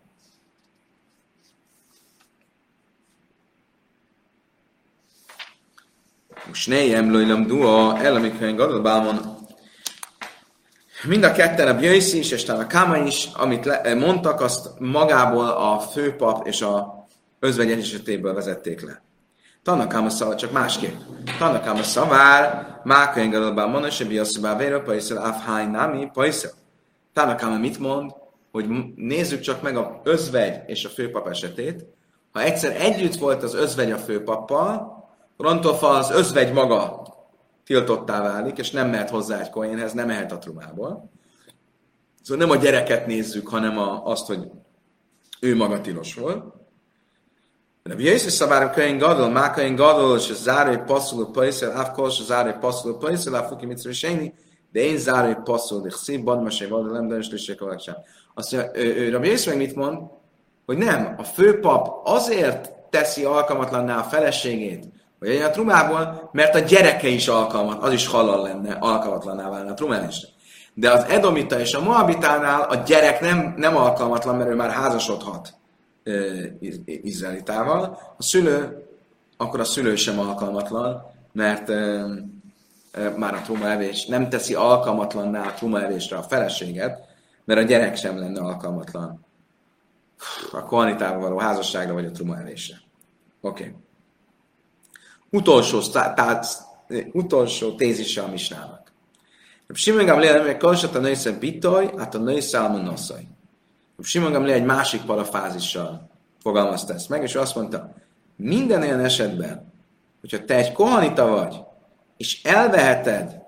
Most nejem lőlem dua, elemikően gadolbálmon. Mind a ketten, a Bjöjszi is, és talán a Káma is, amit le, mondtak, azt magából a főpap és a özvegy esetéből vezették le. Tannakáma szavár, csak másképp. Tannakáma szavár, mákönyv gadolbálmon, és a Bjöjszi bávérő, pajszel, afhány námi, pajszel. Tannakáma mit mond? Hogy nézzük csak meg a özvegy és a főpap esetét. Ha egyszer együtt volt az özvegy a főpappal, Rontolfa az özvegy maga tiltottá válik, és nem mehet hozzá egy kohénhez, nem mehet a trumából. Szóval nem a gyereket nézzük, hanem a, azt, hogy ő maga tilos volt. De a Jézus szabára könyv gadol, má könyv gadol, és a zárói passzuló pajszel, áfkos, a zárói passzuló pajszel, áfuki mitzvő sejni, de én zárói passzuló, de szép badmasé vadolem, de is lőssék a sem. Azt mondja, ő, Rabbi Jézus meg mit mond? Hogy nem, a főpap azért teszi alkalmatlanná a feleségét, hogy a trumából, mert a gyereke is alkalmat, az is halal lenne, alkalmatlanná válna a trumálásra. De az edomita és a moabitánál a gyerek nem, nem alkalmatlan, mert ő már házasodhat uh, izraelitával. A szülő, akkor a szülő sem alkalmatlan, mert uh, uh, már a trumaevés nem teszi alkalmatlanná a trumaevésre a feleséget, mert a gyerek sem lenne alkalmatlan a kohanitával való házasságra vagy a trumaevésre. Oké. Okay. Utolsó, tá, utolsó tézise a misnának. Simon Gamliel, hogy kalsat a nősze bitoj, hát a nősze almon noszaj. Simon Gamliel egy másik parafázissal fogalmazta ezt meg, és azt mondta, minden olyan esetben, hogyha te egy kohanita vagy, és elveheted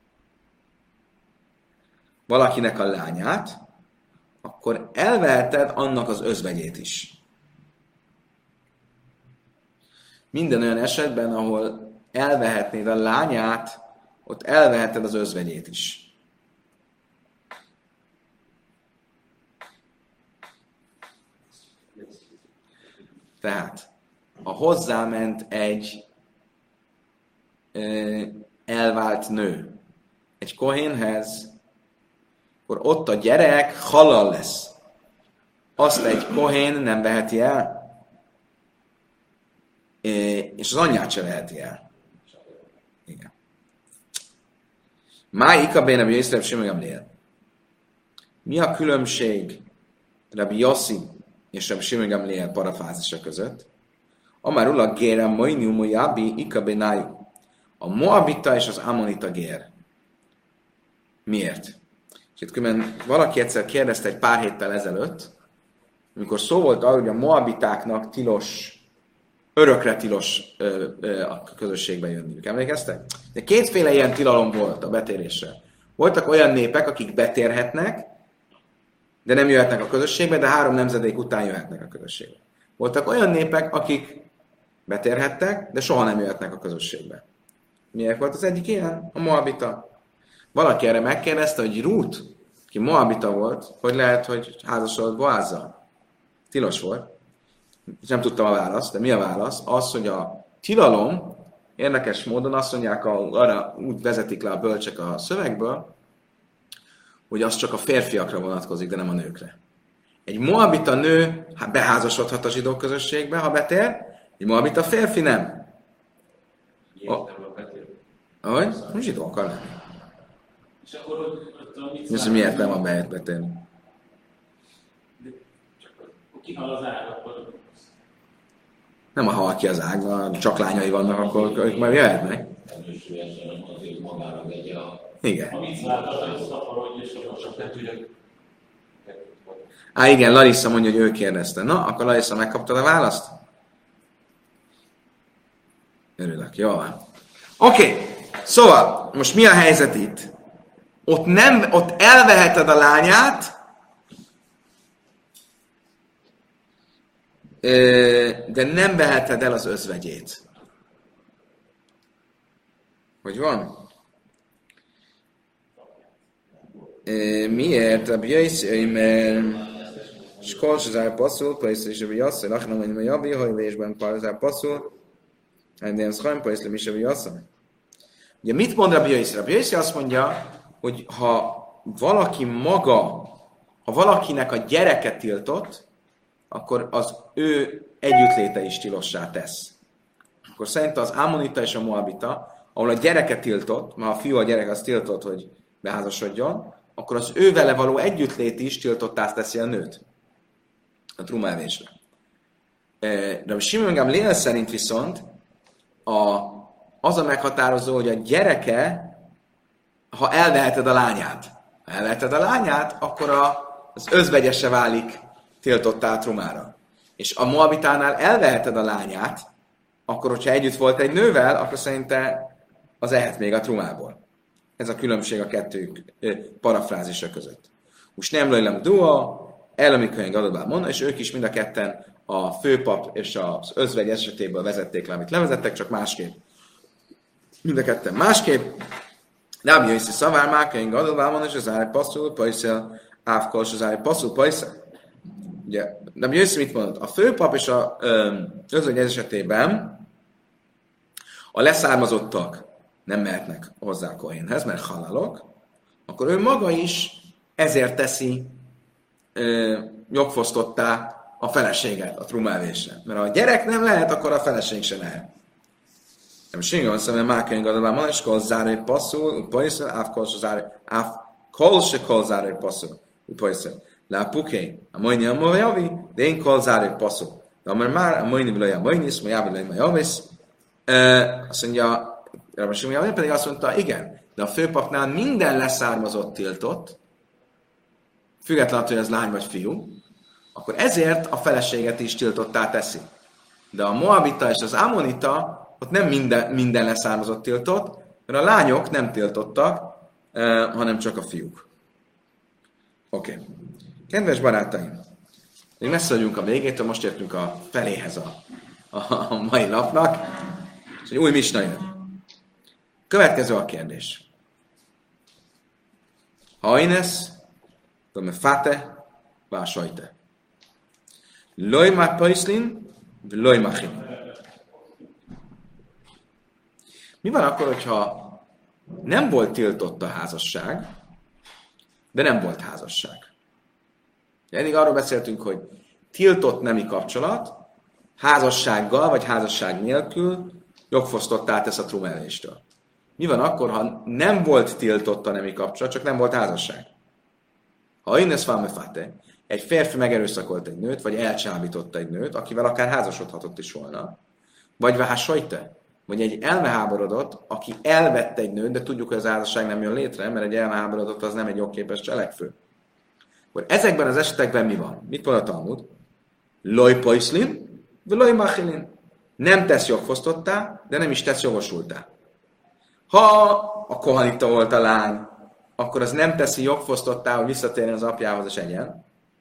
valakinek a lányát, akkor elveheted annak az özvegyét is. Minden olyan esetben, ahol elvehetnéd a lányát, ott elveheted az özvegyét is. Tehát, ha hozzáment egy ö, elvált nő egy kohénhez, akkor ott a gyerek halal lesz. Azt egy kohén nem veheti el, és az anyját se veheti el. Igen. Máj ikabén Rabbi Yossi Rabbi Simon Gamliel. Mi a különbség Rabbi Yossi és Rabbi Simon Gamliel parafázisa között? Amár ula gérem moinium mojabi ikabenájú. A moabita és az ammonita gér. Miért? És itt különben valaki egyszer kérdezte egy pár héttel ezelőtt, amikor szó volt arról, hogy a moabitáknak tilos, örökre tilos ö, ö, a közösségbe jönniük. Emlékeztek? De kétféle ilyen tilalom volt a betérésre. Voltak olyan népek, akik betérhetnek, de nem jöhetnek a közösségbe, de három nemzedék után jöhetnek a közösségbe. Voltak olyan népek, akik betérhettek, de soha nem jöhetnek a közösségbe. Miért volt az egyik ilyen? A moabita. Valaki erre megkérdezte, hogy Rút, ki moabita volt, hogy lehet, hogy házasodott Boázzal. Tilos volt. És nem tudtam a választ, de mi a válasz? Az, hogy a tilalom, érdekes módon azt mondják, arra úgy vezetik le a bölcsek a szövegből, hogy az csak a férfiakra vonatkozik, de nem a nőkre. Egy moabita nő hát beházasodhat a zsidó közösségbe, ha betér, egy moabita férfi nem. Ahogy? Zsidó akar lenni. És akkor ott mit ez miért nem a behet betérni? Kihal az ág, akkor... Nem ha hal ki az ág, csak lányai vannak, akkor ők már jöhetnek. Igen. A micvákat az szaporodj, és akkor csak nem tudják. Á, igen, Larissa mondja, hogy ő kérdezte. Na, akkor Larissa, megkaptad a választ? Örülök, jó van. Oké, okay. Szóval, most mi a helyzet itt? Ott, nem, ott elveheted a lányát, de nem veheted el az özvegyét. Hogy van? Miért? A Bjöjsz, mert Skolsazár passzul, Pajsz és a Bjöjsz, Lachna, hogy a Javi, hajlésben Pajzár passzul, Ennél az hajmpa észre, mi se vagy azt mondja. Ugye mit mond Rabbi Yossi? Rabbi Yossi azt mondja, hogy ha valaki maga, ha valakinek a gyereke tiltott, akkor az ő együttléte is tilossá tesz. Akkor szerint az Ammonita és a Moabita, ahol a gyereke tiltott, mert a fiú a gyerek az tiltott, hogy beházasodjon, akkor az ő vele való együttlét is tiltottá teszi a nőt a trumávésre. De a Simon Gamliel szerint viszont a, az a meghatározó, hogy a gyereke, ha elveheted a lányát, ha elveheted a lányát, akkor a, az özvegyese válik tiltottá a trumára. És a Moabitánál elveheted a lányát, akkor, hogyha együtt volt egy nővel, akkor szerinte az ehet még a trumából. Ez a különbség a kettő parafrázisa között. Most nem lőlem dua, elamikönyv gadobál mondani, és ők is mind a ketten a főpap és az özvegy esetéből vezették le, amit levezettek, csak másképp. Mind a ketten másképp. Rabbi Yossi szavár mákönyv gadobál mondani, és az ári passzul, pajszel, ávkos, az ári passzul, pajszel. Ugye, Rabbi Yossi mit mondott? A főpap és az özvegy esetében a leszármazottak nem mehetnek hozzá a kohénhez, mert halálok, akkor ő maga is ezért teszi ö, jogfosztottá a feleséget a trumávésre. Mert ha a gyerek nem lehet, akkor a feleség sem lehet. Nem singon szemben mákönyv gadabán van, és kol záré passzul, pajszel, ávkol se záré, ávkol se kol záré passzul, pajszel. Le a puké, a majni a majavi, de én kol záré passzul. De amár már a majni vilaj a majnisz, majavi vilaj majavisz. Azt mondja, Rabbi Shimon pedig azt mondta, igen, de a főpapnál minden leszármazott tiltott, függetlenül, hogy ez lány vagy fiú, akkor ezért a feleséget is tiltottá teszi. De a Moabita és az Ammonita, ott nem minden, minden leszármazott tiltott, mert a lányok nem tiltottak, eh, hanem csak a fiúk. Oké. Okay. Kedves barátaim, még messze vagyunk a végétől, most értünk a feléhez a, a mai napnak, és egy új misna jön. Következő a kérdés. Hajnesz, me fate, vásajte. Lojma pajszlin, lojma chin. Mi van akkor, hogyha nem volt tiltott a házasság, de nem volt házasság? Eddig arról beszéltünk, hogy tiltott nemi kapcsolat, házassággal vagy házasság nélkül jogfosztottá tesz a trumeléstől. Mi van akkor, ha nem volt tiltott a nemi kapcsolat, csak nem volt házasság? Ha én ezt fáte, egy férfi megerőszakolt egy nőt, vagy elcsábította egy nőt, akivel akár házasodhatott is volna, vagy vásajte, vagy egy elmeháborodott, aki elvette egy nőt, de tudjuk, hogy az házasság nem jön létre, mert egy elmeháborodott az nem egy jogképes cselekvő. Akkor ezekben az esetekben mi van? Mit mond a Talmud? Loj pajszlin, vagy loj machilin. Nem tesz jogfosztottá, de nem is tesz jogosultá. Ha a kohanita volt a lány, akkor az nem teszi jogfosztottá, hogy visszatérjen az apjához és egyen.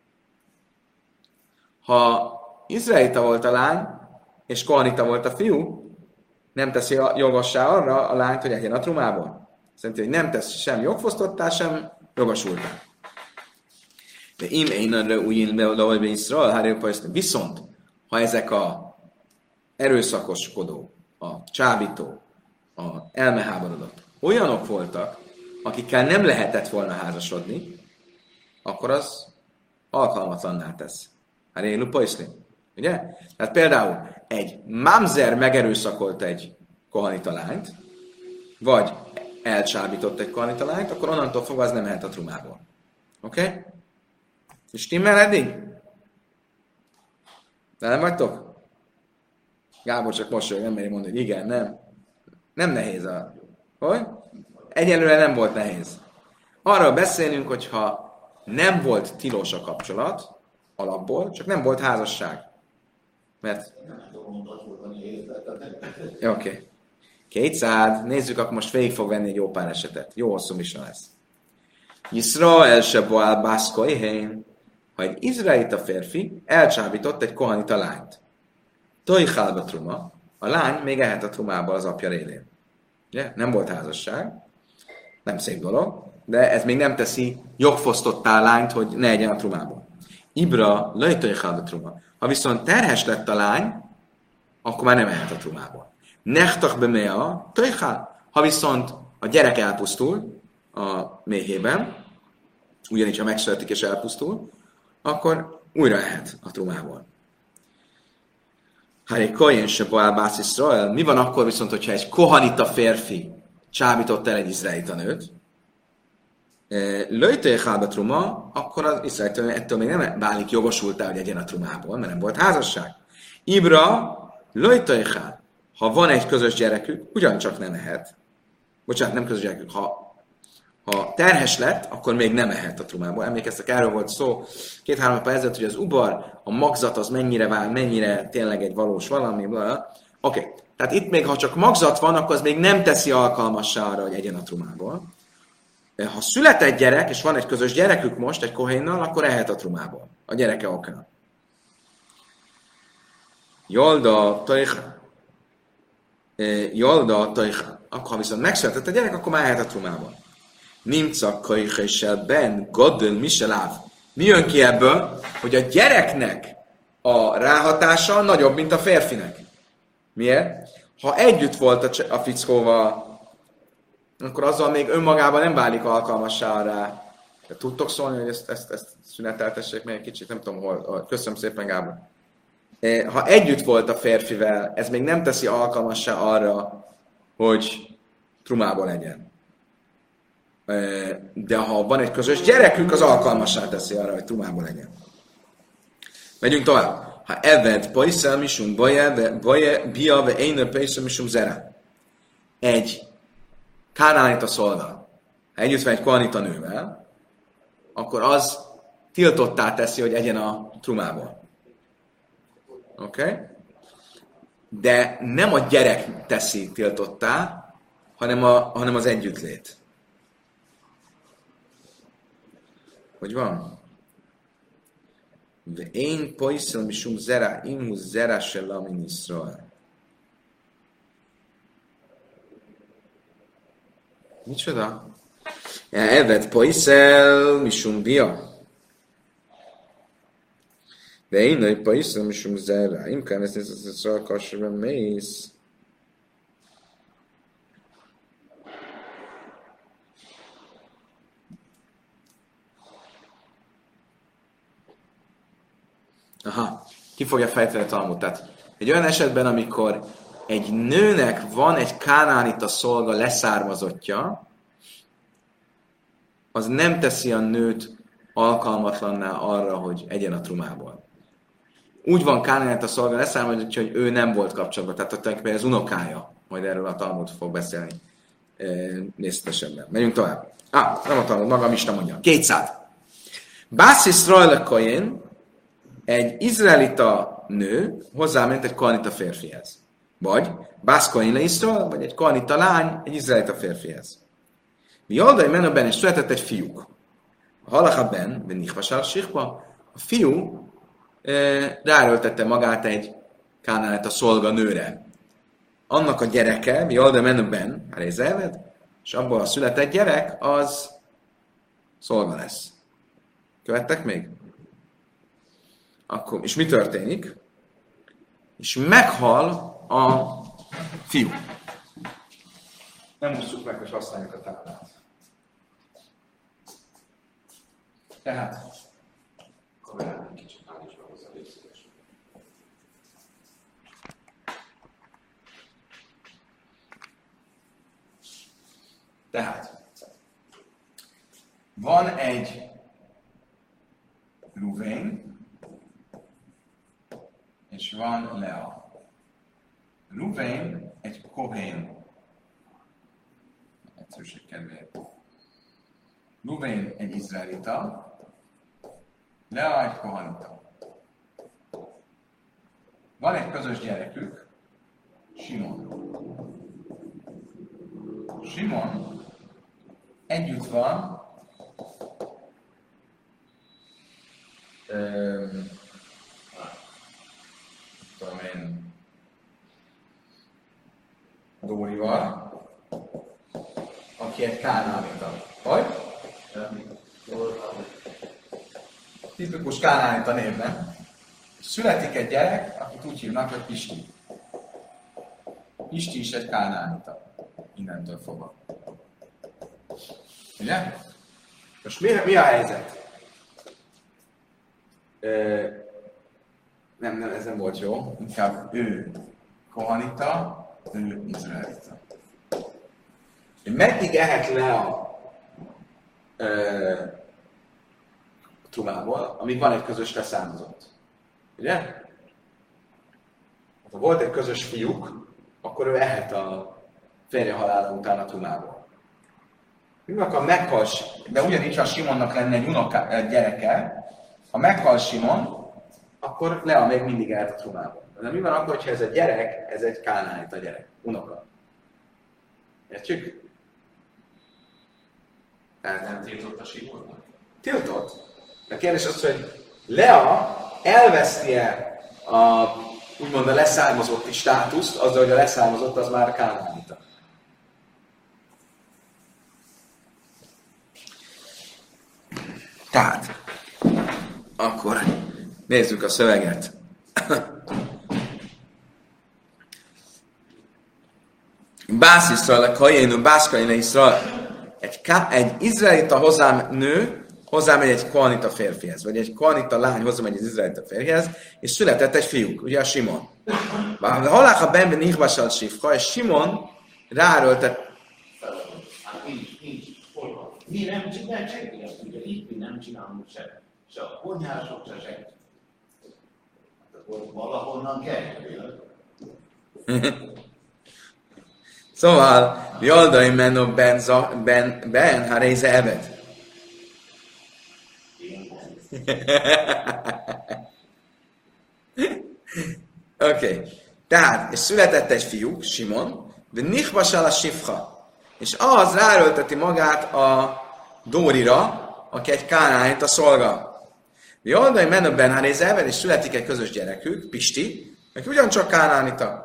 Ha izraelita volt a lány, és kohanita volt a fiú, nem teszi jogossá arra a lányt, hogy egyen a trumából. Szerintem, hogy nem tesz sem jogfosztottá, sem jogosultá. De im én arra úgy illve Iszrael, viszont ha ezek a erőszakoskodó, a csábító, a elmeháborodott olyanok voltak, akikkel nem lehetett volna házasodni, akkor az alkalmatlanná tesz. Harélu pajszlin. Ugye? Tehát például egy mamzer megerőszakolt egy kohanita lányt, vagy elcsábított egy kohanita lányt, akkor onnantól fogva az nem mehet a trumából. Oké? Okay? És stimmel eddig? De nem vagytok? Gábor csak mosolyog, nem meri mondani, hogy igen, nem. Nem nehéz a... Hogy? Egyelőre nem volt nehéz. Arról beszélünk, hogyha nem volt tilos a kapcsolat alapból, csak nem volt házasság. Mert... Oké. Okay. Kétszád. Nézzük, akkor most végig fog venni egy jó pár esetet. Jó hosszú misna lesz. Yisrael se boál bászkoihén. Ha egy izraelita férfi elcsábított egy kohanita lányt. Tojchálba truma. A lány még ehet a trumából az apja rélén. Ugye? Nem volt házasság. Nem szép dolog. De ez még nem teszi jogfosztottá a lányt, hogy ne egyen a trumából. Ibra löj tojchálba truma. Ha viszont terhes lett a lány, akkor már nem ehet a trumából. Nechtach bemea, töjhál. Ha viszont a gyerek elpusztul a méhében, ugyanígy, ha megszületik és elpusztul, akkor újra ehet a trumából. Harry Kohen se Bász Iszrael. Mi van akkor viszont, hogyha egy kohanita férfi csábított el egy izraelita nőt, lőjtőjéhába truma, akkor az izraelita ettől még nem válik jogosultá, hogy egyen a trumából, mert nem volt házasság. Ibra, lőjtőjéhába. Ha van egy közös gyerekük, ugyancsak nem ehet. Bocsánat, nem közös gyerekük. Ha, ha terhes lett, akkor még nem ehet a trumából. Emlékeztek, erről volt szó két-három nap ezelőtt, hogy az ubar, a magzat az mennyire vál, mennyire tényleg egy valós valami. Oké, okay. Tehát itt még, ha csak magzat van, akkor az még nem teszi alkalmassá arra, hogy egyen a trumából. Ha született gyerek, és van egy közös gyerekük most, egy kohénnal, akkor ehet a trumából. A gyereke okán. Jolda, tajha. Jolda, tajha. Akkor, ha viszont megszületett a gyerek, akkor már ehet a trumából. Nimca kajhessel ben, gaddel, miseláv. Mi jön ki ebből? Hogy a gyereknek a ráhatása nagyobb, mint a férfinek. Miért? Ha együtt volt a fickóval, akkor azzal még önmagában nem válik alkalmassá rá. De tudtok szólni, hogy ezt, ezt, ezt szüneteltessék még egy kicsit? Nem tudom, hol. Köszönöm szépen, Gábor. Ha együtt volt a férfivel, ez még nem teszi alkalmassá arra, hogy trumából legyen. De ha van egy közös gyerekük, az alkalmassá teszi arra, hogy trumából legyen. Megyünk tovább. Ha eved pajszel misum baje, bia ve einer pajszel misum zera. Egy kánánita szolga, ha együtt van egy kohanita nővel, akkor az tiltottá teszi, hogy egyen a trumából. Oké? Okay? De nem a gyerek teszi tiltottá, hanem, a, hanem az együttlét. Hogy van? Én poiszel misum zera, imhu zera sella min Yisrael. Micsoda? Evet poiszel misum bia. De én nagy poiszel misum zera. Imkán ezt nézd, ez a kassaban mész. Aha, ki fogja fejteni a Talmud. Tehát egy olyan esetben, amikor egy nőnek van egy kánánita szolga leszármazottja, az nem teszi a nőt alkalmatlanná arra, hogy egyen a trumából. Úgy van kánánita szolga leszármazottja, hogy ő nem volt kapcsolatban. Tehát tulajdonképpen az unokája. Majd erről a Talmud fog beszélni részletesebben. Megyünk tovább. Ah, nem a Talmud, maga is nem mondja. kétszáz. Bász Iszrael Kohen, egy izraelita nő hozzáment egy kohanita férfihez. Vagy Bász Kohen Iszrael, vagy egy kohanita lány egy izraelita férfihez. Mi oldai menőben is született egy fiúk. A halachaben, de nichvasál sikba, a fiú e, ráerőltette magát egy kánánita szolga nőre. Annak a gyereke, mi oldai menőben, elézelved, és abból a született gyerek, az szolga lesz. Követtek még? Akkor, és mi történik? És meghal a fiú. Nem ússzuk meg, hogy használjuk a táblát. Tehát, Kamerán egy kicsit állítsd meg hozzá, légy szíves. tehát, van egy Ruvén, és van Lea. Ruvén egy kohén. Egyszerűség kedvéért. Ruvén egy izraelita, Lea egy kohanita. Van egy közös gyerekük, Simon. Simon együtt van öm, tudom én, Dórival, aki egy kánánita. Vagy? Tipikus kánánita névben. Születik egy gyerek, akit úgy hívnak, hogy Pisti. Isti is egy kánánita. Innentől fogva. Ugye? Most mi, mi a helyzet? Ö, nem, nem, ez nem volt jó. Inkább ő kohanita, ő izraelita. Meddig ehet le a ö, trumából, amíg van egy közös leszármazott. Ugye? Ha volt egy közös fiúk, akkor ő ehet a férje halála után a trumából. Mi akar meghal, de ugyanígy, ha Simonnak lenne egy, unoka, egy gyereke, ha meghal Simon, akkor Lea még mindig ehet a trumából. De mi van akkor, hogyha ez egy gyerek, ez egy kánánita gyerek, unoka? Értjük? Nem tiltott a Simonnak? Tiltott. A kérdés az, hogy Lea elveszti-e a, úgymond a leszármazotti státuszt, azzal, hogy a leszármazott az már kánánita. Tehát, akkor nézzük a szöveget. Bász Iszrael, Kajénu, Bász Kajénu Iszrael. Egy, egy izraelita hozzám nő, hozzámegy egy kohanita férfihez, vagy egy kohanita lány hozzámegy egy izraelita férfihez, és született egy fiúk, ugye a Simon. De halák a benben ihvasal sifka, és Simon ráerőltet. Hát nincs, nincs, hol van? Mi nem csinál senki ezt, ugye itt mi nem csinálunk se. Se a konyhások, se senki. Hát akkor valahonnan kell. Szóval, Jaldai menno ben, ben, ben haréze eved. Oké. Okay. Tehát, és született egy fiú, Simon, de nichvasal a sifha. És az ráerőlteti magát a Dórira, aki egy kánánit a szolga. Jaldai menno ben haréze eved, és születik egy közös gyerekük, Pisti, aki ugyancsak kánánita.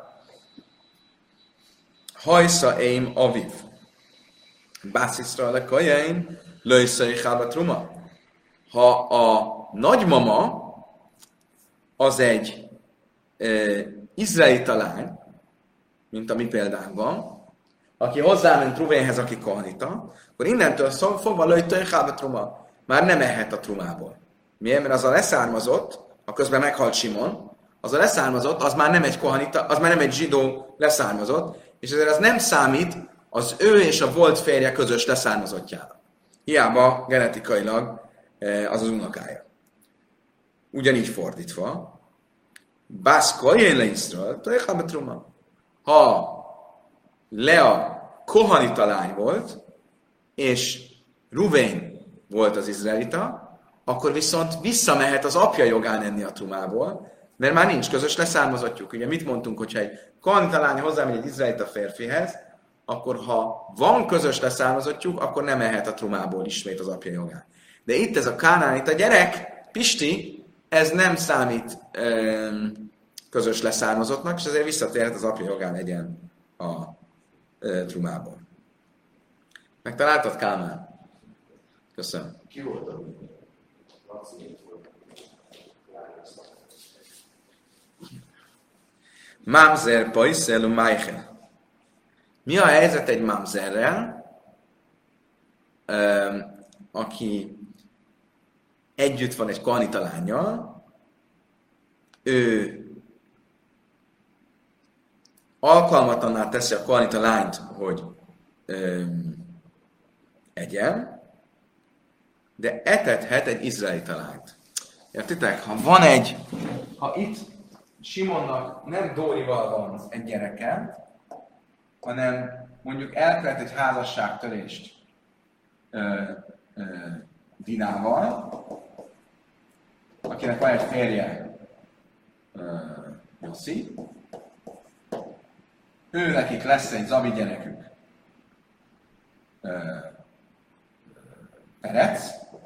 Hajsza eim aviv. Bász Iszrael kajain, löjszai chába truma. Ha a nagymama az egy e, izraelita lány, mint a mi példánkban, aki hozzáment Ruvénhez, aki kohanita, akkor innentől fogva löjszai chába truma. Már nem ehet a trumából. Miért? Mert az a leszármazott, ha közben meghalt Simon, az a leszármazott, az már nem egy kohanita, az már nem egy zsidó leszármazott, és ezért az nem számít az ő és a volt férje közös leszármazottjára. Hiába genetikailag az az unokája. Ugyanígy fordítva, Bászka jön le Iszrael, ha Lea kohanita lány volt, és Ruvén volt az izraelita, akkor viszont visszamehet az apja jogán enni a trumából, mert már nincs közös leszármazottjuk. Ugye mit mondtunk, hogyha egy kohanita lány hozzámegy egy izraelita férfihez, akkor ha van közös leszármazottjuk, akkor nem ehet a trumából ismét az apja jogán. De itt ez a kánánita gyerek, Pisti, ez nem számít um, közös leszármazottnak, és ezért visszatérhet az apja jogán egyen a uh, trumából. Megtaláltad, Kálmán? Köszönöm. Ki volt a Mamzer paiszel májhe. Mi a helyzet egy mamzerrel, aki együtt van egy kohanita lánnyal, ő alkalmatlanná teszi a kohanita lányt, hogy egyen, de etethet egy izraelita lányt. Értitek? Ha van egy, ha itt Simonnak nem Dórival van egy gyereke, hanem mondjuk elkövet egy házasságtörést ö, ö, Dinával, akinek van egy férje, ö, Joszi, ő nekik lesz egy zabi gyerekük, ö, Perec,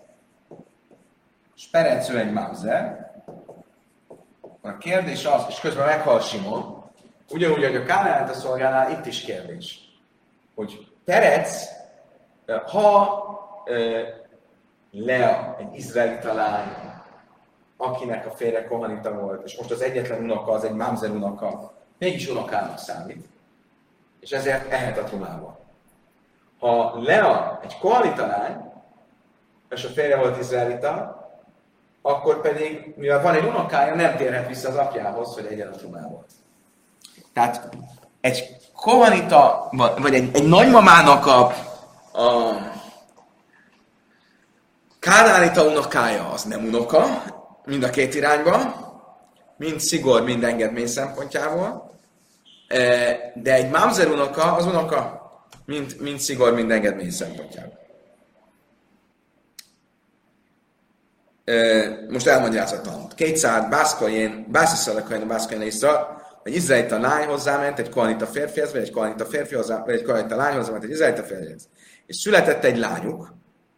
és Perec ő egy mamzer. A kérdés az, és közben meghal Simon, ugyanúgy, hogy a Kánánita szolgálnál itt is kérdés, hogy Perec, ha Lea, egy izraelita lány, akinek a férje kohanita volt, és most az egyetlen unoka az egy mamzer unoka, mégis unokának számít, és ezért ehet a trumából. Ha Lea egy kohanita lány, és a férje volt izraelita, akkor pedig, mivel van egy unokája, nem térhet vissza az apjához, hogy egyen a trumából. Tehát egy kohanita, vagy egy, egy nagymamának a, a kánánita unokája az nem unoka, mind a két irányban, mind szigor, mind engedmény szempontjából, de egy mamzer unoka az unoka, mind, mind szigor, mind engedmény szempontjából. Most elmagyarázhatom. Kétszád bászkajén, básziszalakain, bászkajén észre, egy izraelita lány hozzáment egy kohanita férfihez, vagy egy kohanita férfi hozzá, vagy egy kohanita lány hozzáment egy izraelita férfihez. És született egy lányuk.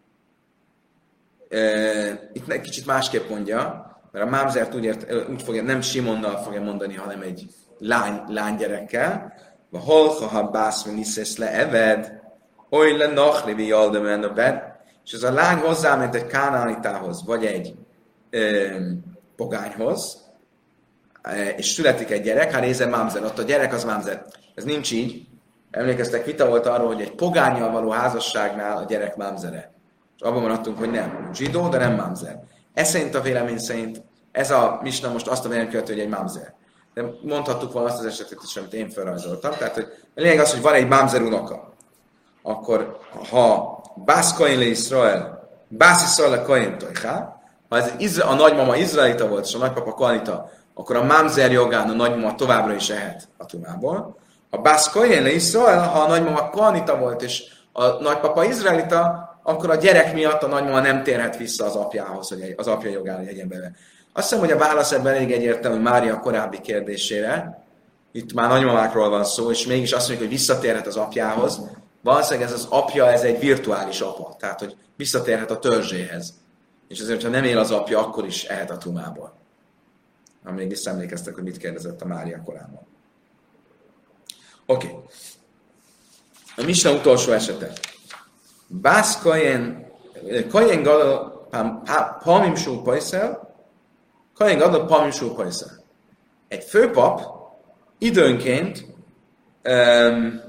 Itt egy kicsit másképp mondja, mert a mámzert úgy, ért, úgy fogja, nem Simonnal fogja mondani, hanem egy lány, lánygyerekkel. Va holha ha bász, niszesz le eved, oly le nachlivi jaldemen a bed. És ez a lány hozzáment egy kánánitához, vagy egy ö, pogányhoz, és születik egy gyerek, hát nézem mámzer, ott a gyerek az mámzer. Ez nincs így. Emlékeztek, vita volt arról, hogy egy pogánnyal való házasságnál a gyerek mámzere. És abban maradtunk, hogy nem. Zsidó, de nem mámzer. Ez szerint a vélemény szerint, ez a misna most azt a vélemény követő, hogy egy mámzer. De mondhattuk volna azt az esetet is, amit én felrajzoltam. Tehát, hogy a lényeg az, hogy van egy mámzer unoka. Akkor, ha Bász Kohen le Israel, Bász Israel le Kohen Tojchá, ha ez a nagymama izraelita volt, és a nagypapa kohanita, akkor a mámzer jogán a nagymama továbbra is ehet a tumából. Ha Bász Kohen le Israel, ha a nagymama kohanita volt, és a nagypapa izraelita, akkor a gyerek miatt a nagymama nem térhet vissza az apjához, hogy az apja jogán, hogy egyen bele. Azt hiszem, hogy a válasz ebben elég egyértelmű Mária korábbi kérdésére. Itt már nagymamákról van szó, és mégis azt mondjuk, hogy visszatérhet az apjához. Valószínűleg ez az apja, ez egy virtuális apa, tehát hogy visszatérhet a törzséhez. És ezért, ha nem él az apja, akkor is ehet a tumából. Ha még visszaemlékeztek, hogy mit kérdezett a Mária korában. Oké. Okay. A Misna utolsó esete. Bász Kohen, Kohen Gadol Pamim Shul Pajszel, Kohen Gadol Pamim Shul Pajszel. Egy főpap időnként um,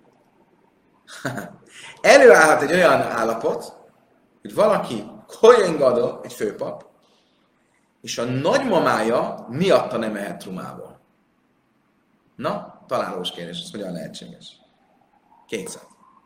előállhat egy olyan állapot, hogy valaki Kohen Gadol, egy főpap, és a nagymamája miatta nem ehet trumából. Na, találós kérdés, ez hogyan lehetséges? Kétszer.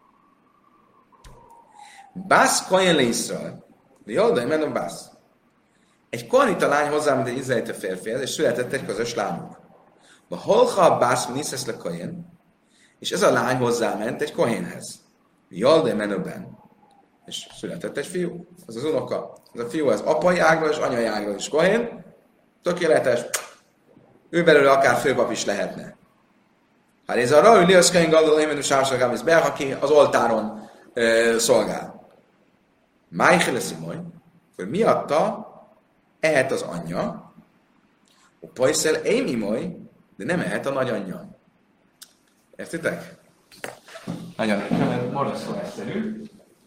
Bász Kohen le Israel, de jól, de mondom Bász. Egy kohanita lány hozzáment egy izraelita férfihez, és született egy közös lányuk. Va holha a Bász niszesz le Kohen, és ez a lány hozzáment egy Kohénhez. Jól, de menőben. És született egy fiú. Az az unoka. Ez a fiú az apai ágról és anyai ágról is Kohén. Tökéletes. Ő belőle akár főpap is lehetne. Hát ez a Raúl Liaszkain Gadol Émenő Sársagámisz be, aki az oltáron ö, szolgál. Májhele Szimoly, hogy miatta ehet az anyja, a Pajszel Émimoly, de nem ehet a nagyanyja. Értitek? Nagyon marasztó egyszerű.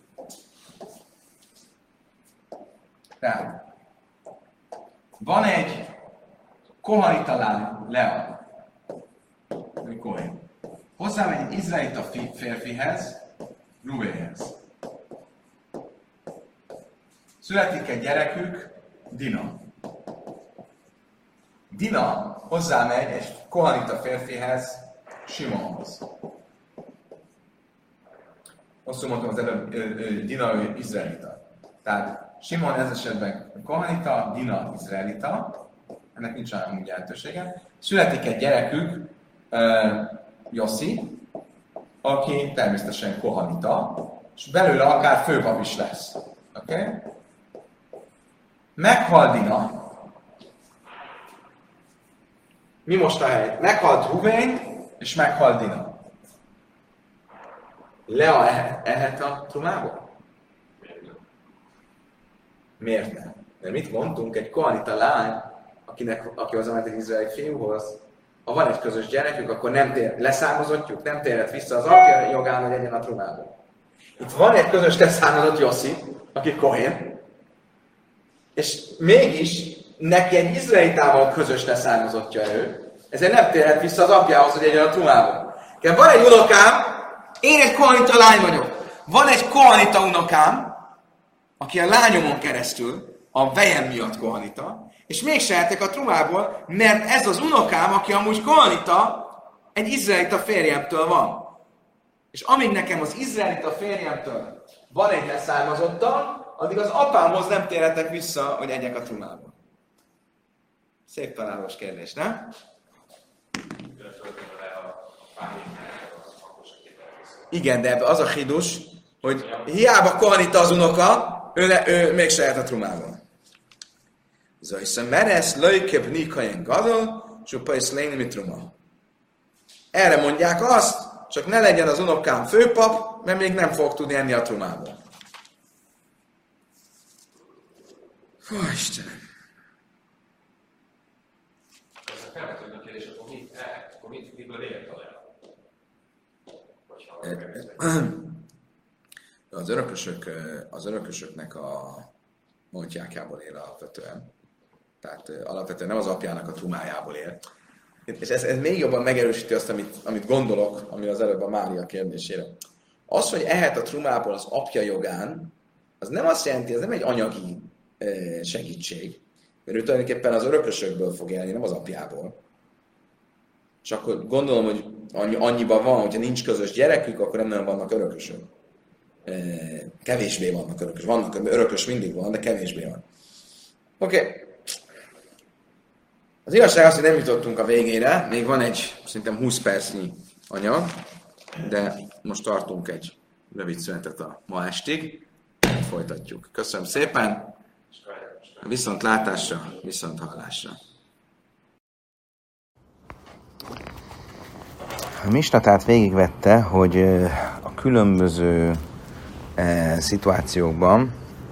Tehát van egy kohanita lány, Lea, egy Kohén. Hozzámegy egy izraelita férfihez, Ruvénhez. Születik egy gyerekük, Dina. Dina hozzámegy egy kohanita férfihez, Simonhoz. Azt mondtam az előbb, Dina ő izraelita. Tehát Simon ez esetben kohanita, Dina izraelita. Ennek nincs olyan úgy jelentősége. Születik egy gyerekük, Jossi, aki természetesen kohanita, és belőle akár főpap is lesz. Oké? Okay? Meghal Dina. Mi most a hely? Meghalt Ruvén, és meghal Dina. Lea ehet, ehet a trumából? Miért nem? Mert mit mondtunk? Egy kohanita lány, akinek, aki hozzáment egy izraeli fiúhoz, ha van egy közös gyerekük, akkor nem tér, leszármazottjuk, nem térhet vissza az apja jogán, hogy egyen a trumából. Itt van egy közös leszármazott Jossi, aki Kohén, és mégis neki egy izraelitával közös leszármazottja ő, ezért nem térhet vissza az apjához, hogy egyen a trumából. Van egy unokám, én egy kohanita lány vagyok. Van egy kohanita unokám, aki a lányomon keresztül, a vejem miatt kohanita, és mégse ehetek a trumából, mert ez az unokám, aki amúgy kohanita, egy izraelita férjemtől van. És amíg nekem az izraelita férjemtől van egy leszármazottam, addig az apámhoz nem térhetek vissza, hogy egyek a trumából. Szép találós kérdés, nem? Igen, de ebben az a hidus, hogy hiába kohanita az unoka, ő, ne, ő még se a trumából. Zajszem meresz, löjkebb nikajen gadol, csupa is léni mit truma. Erre mondják azt, csak ne legyen az unokám főpap, mert még nem fog tudni enni a trumából. Hú, Istenem! Ez a felvetődő kérdés, akkor mit, akkor mit, miből élt a Az örökösök, az örökösöknek a montjákjából él alapvetően. Tehát alapvetően nem az apjának a trumájából él. És ez, ez még jobban megerősíti azt, amit, amit gondolok, ami az előbb a Mária kérdésére. Az, hogy ehet a trumából az apja jogán, az nem azt jelenti, ez nem egy anyagi segítség. Mert ő tulajdonképpen az örökösökből fog élni, nem az apjából. És akkor gondolom, hogy annyiban van, hogyha nincs közös gyerekük, akkor nem nagyon vannak örökösök. Kevésbé vannak örökös. Vannak örökös mindig van, de kevésbé van. Oké. Okay. Az igazság az, hogy nem jutottunk a végére. Még van egy, szerintem húsz percnyi anyag, de most tartunk egy rövid szünetet a ma estig. Folytatjuk. Köszönöm szépen. Viszont látásra, viszont hallásra. A Misna tehát végigvette, hogy a különböző e, szituációkban,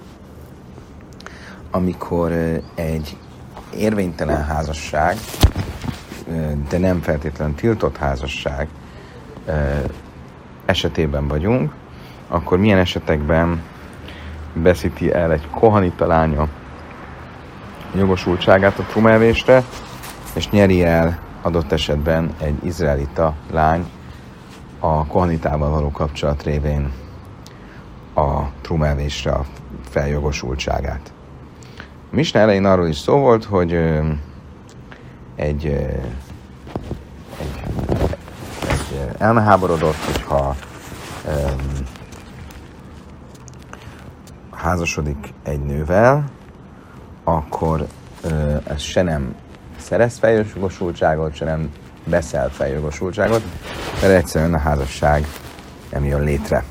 amikor egy érvénytelen házasság, de nem feltétlenül tiltott házasság e, esetében vagyunk, akkor milyen esetekben veszíti el egy kohanita lánya jogosultságát a trumaevésre, és nyeri el adott esetben egy izraelita lány a kohanitával való kapcsolat révén a trumaevésre a feljogosultságát. A Misna elején arról is szó volt, hogy egy, egy, egy elmeháborodott, hogyha um, házasodik egy nővel, akkor uh, ez se nem szerez feljogosultságot, se nem beszel feljogosultságot, mert egyszerűen a házasság nem jön létre.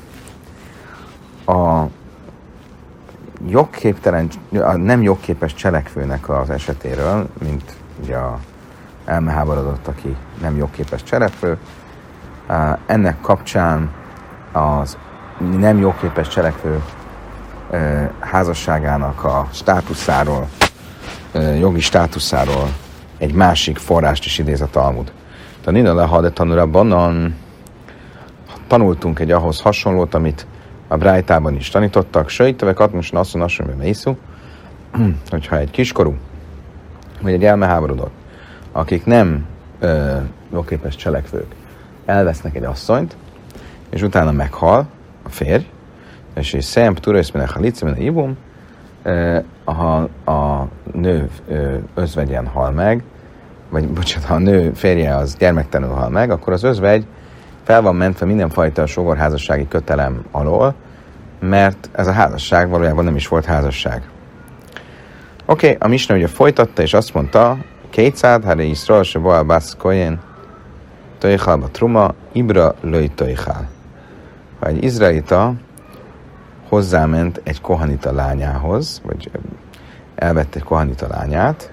A jogképtelen, a nem jogképes cselekvőnek az esetéről, mint ugye a elmeháborodott, aki nem jogképes cselekvő, ennek kapcsán az nem jogképes cselekvő házasságának a státuszáról, jogi státuszáról egy másik forrást is idéz a Talmud. Tanina leha de tanulabban tanultunk egy ahhoz hasonlót, amit a Brájtában is tanítottak. Söjtövek atmosan asszon asszon meiszú, hogyha egy kiskorú, vagy egy elmeháborodott, akik nem ö, jogképes cselekvők, elvesznek egy asszonyt, és utána meghal a férj, és és szem turőszmének halicimene ibum, ha a nő özvegyen hal meg, vagy bocsánat, ha a nő férje az gyermektelenül hal meg, akkor az özvegy fel van mentve mindenfajta sogorházassági kötelem alól, mert ez a házasság valójában nem is volt házasság. Oké, okay, a Misna ugye folytatta, és azt mondta, kétszád, hare Yisrael se boal bász kojen, tojchal ba truma, ibra löj tojchal. Ha egy izraelita hozzáment egy kohanita lányához, vagy elvette egy kohanita lányát,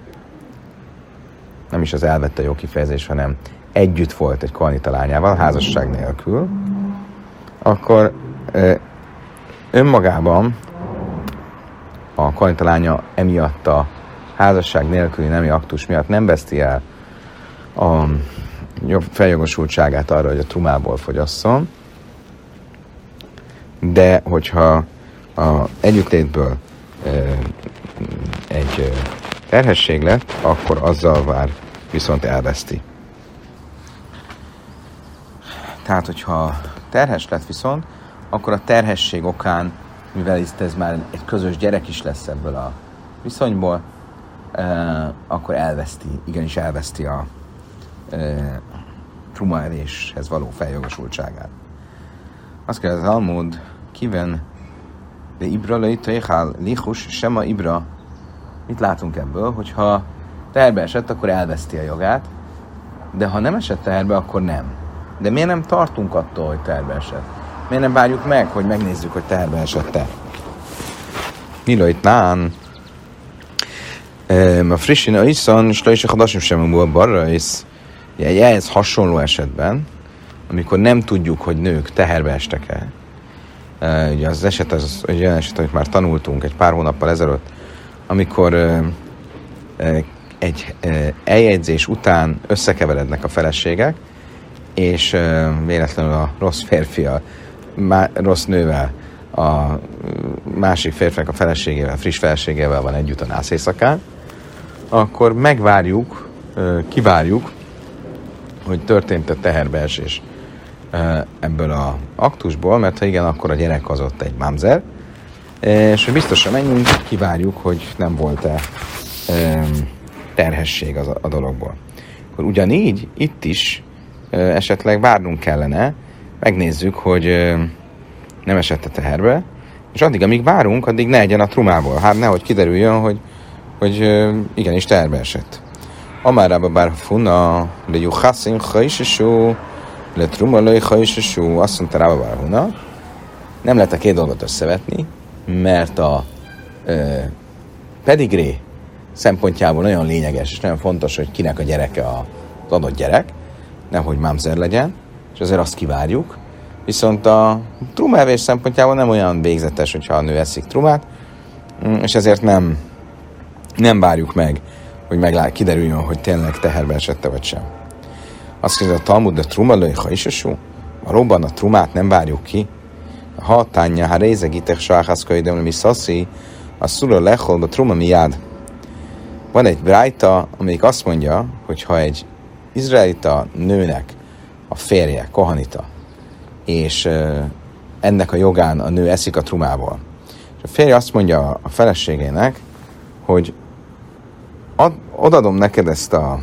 nem is az elvette jó kifejezés, hanem együtt volt egy kohanita lányával, házasság nélkül, akkor önmagában a kohanita lánya emiatt a házasság nélküli nemi aktus miatt nem veszti el a feljogosultságát arra, hogy a trumából fogyasszon, de hogyha a együttlétből e, egy e, terhesség lett, akkor azzal vár viszont elveszti. Tehát, hogyha terhes lett viszont, akkor a terhesség okán, mivel itt ez már egy közös gyerek is lesz ebből a viszonyból, eh, akkor elveszti, igenis elveszti a eh, trumaevéshez való feljogosultságát. Azt kell az Talmud, kiven de Ibra lejtejhál lichus sema Ibra. Mit látunk ebből? Hogyha teherbe esett, akkor elveszti a jogát, de ha nem esett teherbe, akkor nem. De miért nem tartunk attól, hogy teherbe esett? Miért nem várjuk meg, hogy megnézzük, hogy teherbe esett-e? Milojt nán. A frissina iszon, és le is a hadasim sem a barra, és ehhez hasonló esetben, amikor nem tudjuk, hogy nők teherbe estek-e. Uh, ugye az eset, az egy olyan eset, amit már tanultunk egy pár hónappal ezelőtt, amikor uh, uh, egy uh, eljegyzés után összekeverednek a feleségek, és uh, véletlenül a rossz férfi, a má, rossz nővel, a uh, másik férfinek a feleségével, friss feleségével van együtt a nász éjszakán, akkor megvárjuk, uh, kivárjuk, hogy történt-e teherbeesés ebből az aktusból, mert ha igen, akkor a gyerek az ott egy mamzer, és hogy biztosan menjünk, kivárjuk, hogy nem volt-e terhesség az a dologból. Akkor ugyanígy itt is esetleg várnunk kellene, megnézzük, hogy nem esett a teherbe, és addig, amíg várunk, addig ne egyen a trumából. Hát nehogy kiderüljön, hogy, hogy igenis teherbe esett. Amárába bár funna le juhászin hajsesó, le trumalai hajsesó, azt mondta rába bár hunna, nem lehet a két dolgot összevetni, mert a ö, pedigré szempontjából nagyon lényeges, és nagyon fontos, hogy kinek a gyereke az adott gyerek, nehogy mamzer legyen, és azért azt kivárjuk. Viszont a trumávés szempontjából nem olyan végzetes, hogyha a nő eszik trumát, és ezért nem, nem várjuk meg, hogy meglát, kiderüljön, hogy tényleg teherbe esette vagy sem. Azt kérdezi a Talmud, de trumalai hajsesú? Valóban a trumát nem várjuk ki? Ha tánja, ha rézegitek sáhászkai, de mi szaszi, a szula lehol, a truma miád. Van egy brájta, amelyik azt mondja, hogy ha egy izraelita nőnek a férje, kohanita, és uh, ennek a jogán a nő eszik a trumából. És a férje azt mondja a feleségének, hogy ad, odadom neked ezt a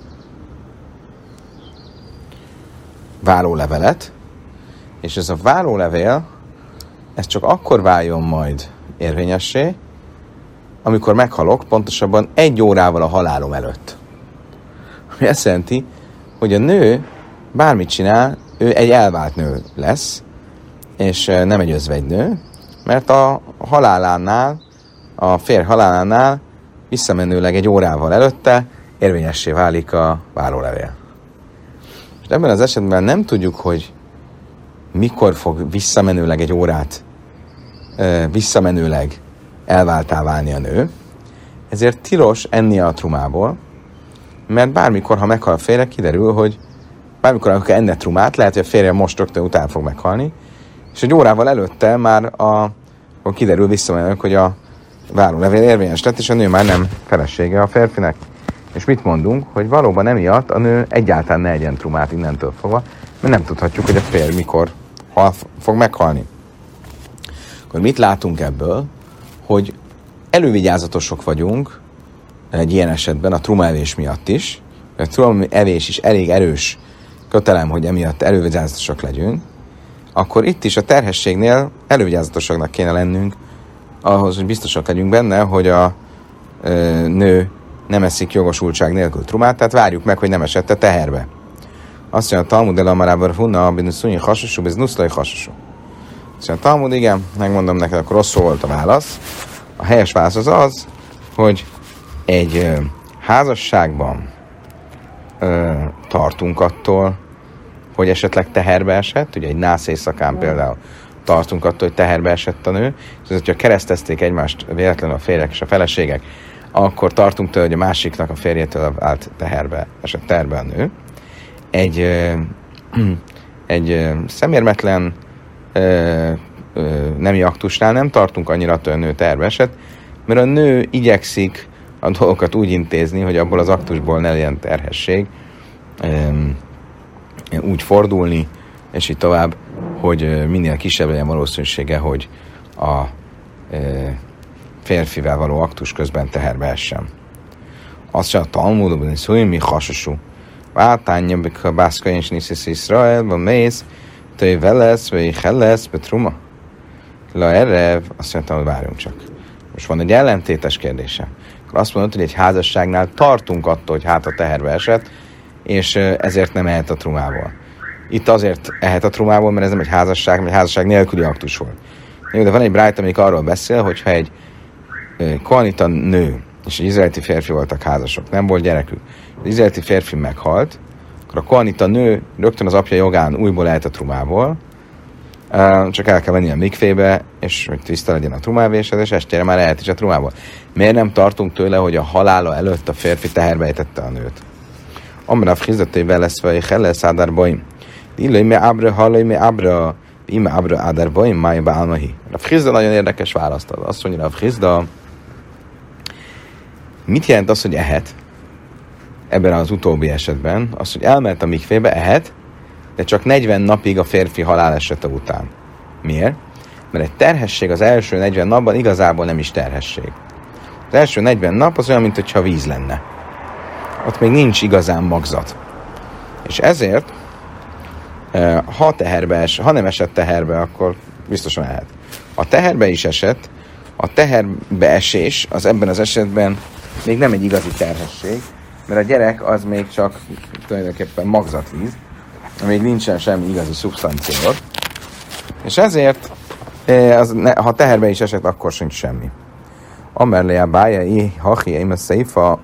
várólevelet, és ez a várólevél, ez csak akkor váljon majd érvényessé, amikor meghalok, pontosabban egy órával a halálom előtt. Ami azt jelenti, hogy a nő bármit csinál, ő egy elvált nő lesz, és nem egy özvegynő, mert a halálánál, a férj halálánál visszamenőleg egy órával előtte érvényessé válik a várólevél. És ebben az esetben nem tudjuk, hogy mikor fog visszamenőleg egy órát visszamenőleg elváltá válni a nő, ezért tilos enni a trumából, mert bármikor, ha meghal a férje, kiderül, hogy bármikor, amikor enne trumát, lehet, hogy a férje most rögtön után fog meghalni, és egy órával előtte már a, akkor kiderül visszamenőleg, hogy a várólevél érvényes lett, és a nő már nem felesége a férfinek. És mit mondunk? Hogy valóban emiatt a nő egyáltalán ne egyen trumát innentől fogva, mert nem tudhatjuk, hogy a férj mikor hal, fog meghalni. Akkor mit látunk ebből? Hogy elővigyázatosok vagyunk egy ilyen esetben a trumaevés miatt is. A trumaevés is elég erős kötelem, hogy emiatt elővigyázatosak legyünk. Akkor itt is a terhességnél elővigyázatosaknak kéne lennünk ahhoz, hogy biztosak legyünk benne, hogy a ö, nő nem eszik jogosultság nélkül trumát, tehát várjuk meg, hogy nem esette teherbe. Azt mondja a Talmud el amarában hunna, binuszunyi hasasú, ez nuszlai hasasú. Azt mondja a Talmud, igen, megmondom neked, akkor rosszul volt a válasz. A helyes válasz az az, hogy egy ö, házasságban ö, tartunk attól, hogy esetleg teherbe esett, ugye egy nász éjszakán például tartunk attól, hogy teherbe esett a nő, és ez, hogyha keresztezték egymást véletlenül a férjek és a feleségek, akkor tartunk tőle, hogy a másiknak a férjétől állt teherbe, esett teherbe a nő. Egy, ö, egy ö, szemérmetlen ö, ö, nemi aktusnál nem tartunk annyira attól, hogy a nő teherbe esett, mert a nő igyekszik a dolgokat úgy intézni, hogy abból az aktusból ne legyen terhesség, ö, úgy fordulni, és így tovább, hogy minél kisebb legyen valószínűsége, hogy a férfivel való aktus közben teherbe essen. Azt se a Talmudban, hogy szóval mi hasosú. Váltánja, bika bászka és niszis Iszraelban mész, töj velesz, vagy hellesz, betruma. La erev, azt mondtam, hogy várjunk csak. Most van egy ellentétes kérdése. Akkor azt mondod, hogy egy házasságnál tartunk attól, hogy hát a teherbe esett, és ezért nem ehet a trumából. Itt azért ehet a trumából, mert ez nem egy házasság, mert egy házasság nélküli aktus volt. Jó, de van egy brájt, amelyik arról beszél, hogyha egy kohanita nő és egy izraeliti férfi voltak házasok, nem volt gyerekük. Az izraeliti férfi meghalt, akkor a kohanita nő rögtön az apja jogán újból ehet a trumából, csak el kell venni a mikvébe, és hogy tiszta legyen a trumávésed, és estére már ehet is a trumából. Miért nem tartunk tőle, hogy a halála előtt a férfi teherbe ejtette a nőt? Amrav Chizdaté veleszve, és hellesz ádárbaim. Illai me ábra, hallai me ábra, ime ábra ádárbaim, májba álmahi. Rav Chizda nagyon érdekes választ ad. Azt mondja Rav Chizda, mit jelent az, hogy ehet? Ebben az utóbbi esetben, az, hogy elment a mikvébe, ehet, de csak negyven napig a férfi halálesete után. Miért? Mert egy terhesség az első negyven napban igazából nem is terhesség. Az első negyven nap az olyan, mintha víz lenne. Ott még nincs igazán magzat. És ezért, ha teherbe es, ha nem esett teherbe, akkor biztosan ehet. A teherbe is esett, a teherbe esés az ebben az esetben még nem egy igazi terhesség, mert a gyerek az még csak tulajdonképpen magzatvíz, még nincsen semmi igazi szubstancia ott, és ezért, az, ha teherbe is esett, akkor sincs semmi. Amerlea bája, hachi, éme szeifa,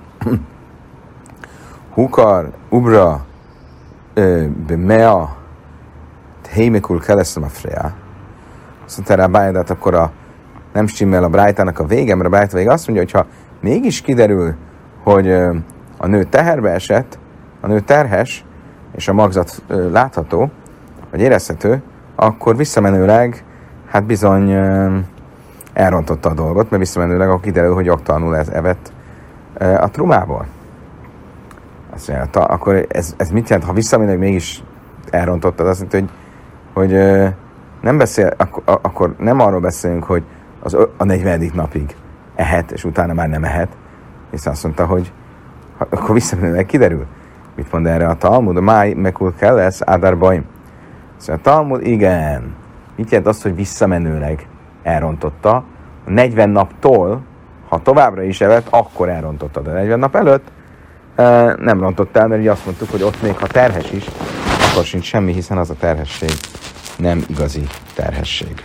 hukar, ubra, bemea, hémikul keleszem a freá. Azt mondta rá bája, de hát akkor a, nem stimmel a brájtának a vége, mert a brájta vége azt mondja, hogy ha mégis kiderül, hogy a nő teherbe esett, a nő terhes, és a magzat látható, vagy érezhető, akkor visszamenőleg, hát bizony elrontotta a dolgot, mert visszamenőleg akkor kiderül, hogy jogtalanul ez evett a trumából. Azt mondja, akkor ez, ez mit jelent, ha visszamenőleg mégis elrontottad, azt mondja, hogy, hogy nem beszél, akkor, akkor nem arról beszélünk, hogy az, a negyvenedik napig ehet, és utána már nem ehet, és azt mondta, hogy akkor visszamenőleg kiderül. Mit mond erre a Talmud? A máj mekul kell lesz ádárbaim. Szóval a Talmud, igen. Mit jelent azt, hogy visszamenőleg elrontotta? A negyven naptól, ha továbbra is evett, akkor elrontotta. De negyven nap előtt e, nem rontott el, mert így azt mondtuk, hogy ott még ha terhes is, akkor sincs semmi, hiszen az a terhesség nem igazi terhesség.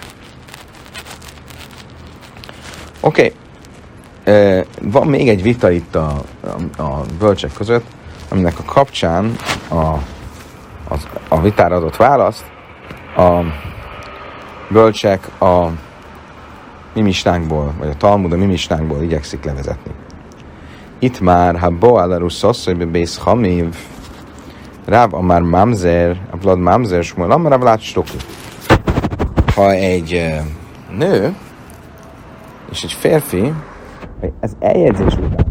Oké. Okay. E, van még egy vita itt a, a, a bölcsek között, aminek a kapcsán a, a, a vitára adott választ a bölcsek a mi misnánkból, vagy a Talmud a mi misnánkból igyekszik levezetni. Itt már, ha boálarus szasszony bész hamív, ráv amár mamzer, a vlad mamzer, smol amár a vlád stoki. Ha egy uh, nő és egy férfi, ez eljegyzés után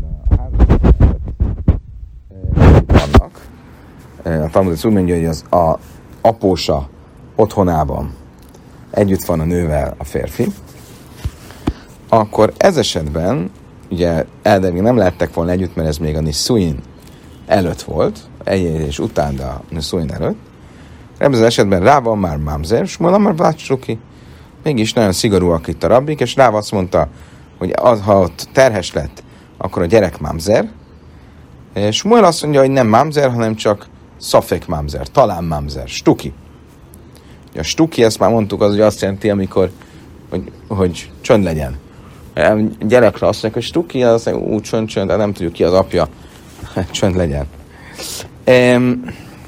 vannak, a Talmud úgy mondja, hogy az a apósa otthonában együtt van a nővel a férfi, akkor ez esetben, ugye eldenni nem lehettek volna együtt, mert ez még a Niszuin előtt volt, eljegyzés után, de a Niszuin előtt. Ebben az esetben rá van már mamzer, smol már vlácsuki. Mégis nagyon szigorúak itt a rabbik, és rá azt mondta, hogy az, ha ott terhes lett, akkor a gyerek mamzer. Smuel azt mondja, hogy nem mamzer, hanem csak szafek mamzer, talán mamzer, stuki. A stuki, ezt már mondtuk, az ugye azt jelenti, amikor, hogy, hogy csönd legyen. A gyerekre azt mondják, hogy stuki, az úgy csönd, csönd, de nem tudjuk ki az apja, csönd legyen. Um,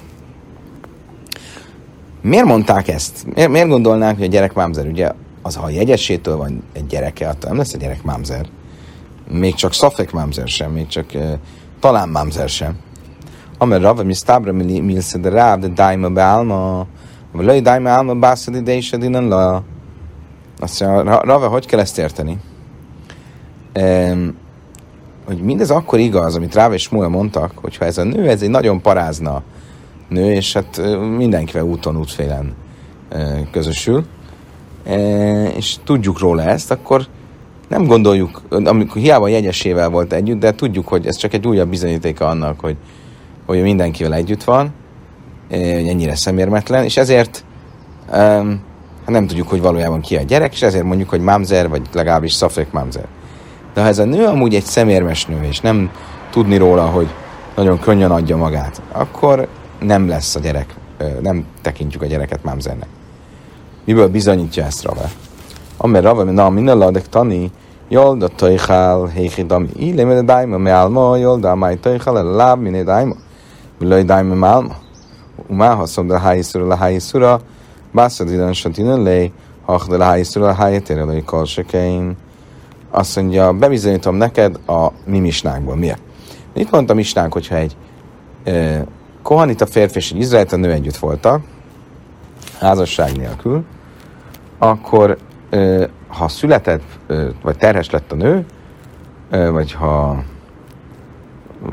miért mondták ezt? Miért, miért gondolnák, hogy a gyerek mamzer? Ugye az, ha a jegyesétől van egy gyereke, attól nem lesz a gyerek mamzer. Még csak szafek mamzer sem, még csak uh, talán mamzer sem. Amer Rava, mi sztábra milsze de ráv, de dájma beálma, vagy löj dájma álma bászad ide is innen la. Azt mondja, Rava, hogy kell ezt érteni? Um, hogy mindez akkor igaz, amit Ráv és Smúel mondtak, hogyha ez a nő, ez egy nagyon parázna nő, és hát mindenkivel úton, útfélen közösül, és tudjuk róla ezt, akkor nem gondoljuk, amikor hiába jegyesével volt együtt, de tudjuk, hogy ez csak egy újabb bizonyítéka annak, hogy, hogy mindenkivel együtt van, hogy ennyire szemérmetlen, és ezért um, nem tudjuk, hogy valójában ki a gyerek, és ezért mondjuk, hogy mamzer, vagy legalábbis szafek mamzer. De ha ez a nő amúgy egy szemérmes nő, és nem tudni róla, hogy nagyon könnyen adja magát, akkor nem lesz a gyerek, nem tekintjük a gyereket mamzernek. Miből bizonyítja ezt Rava? Amer Rava, na minden ladek tani, jolda tajhál, héhidami, illémede dájma, me álma, jolda amely tajhál, láb, miné dájma, bilaj dájma, me álma. Umáhaszom, de hájiszura, le hájiszura, bászadidan santinan lej, hach, de le hájiszura, le hájitére, lej, kalsekein. Azt mondja, bebizonyítom neked a mi misnánkból. Miért? Itt mondta a misnánk, hogyha egy e, kohanita férfi és egy izraelita nő együtt voltak, házasság nélkül, akkor e, ha született, e, vagy terhes lett a nő, e, vagy ha e,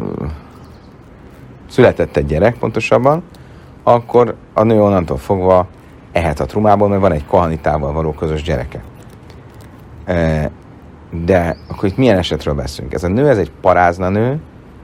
született egy gyerek pontosabban, akkor a nő onnantól fogva ehet a trumából, mert van egy kohanitával való közös gyereke. E, de akkor itt milyen esetről beszélünk? Ez a nő, ez egy parázna nő?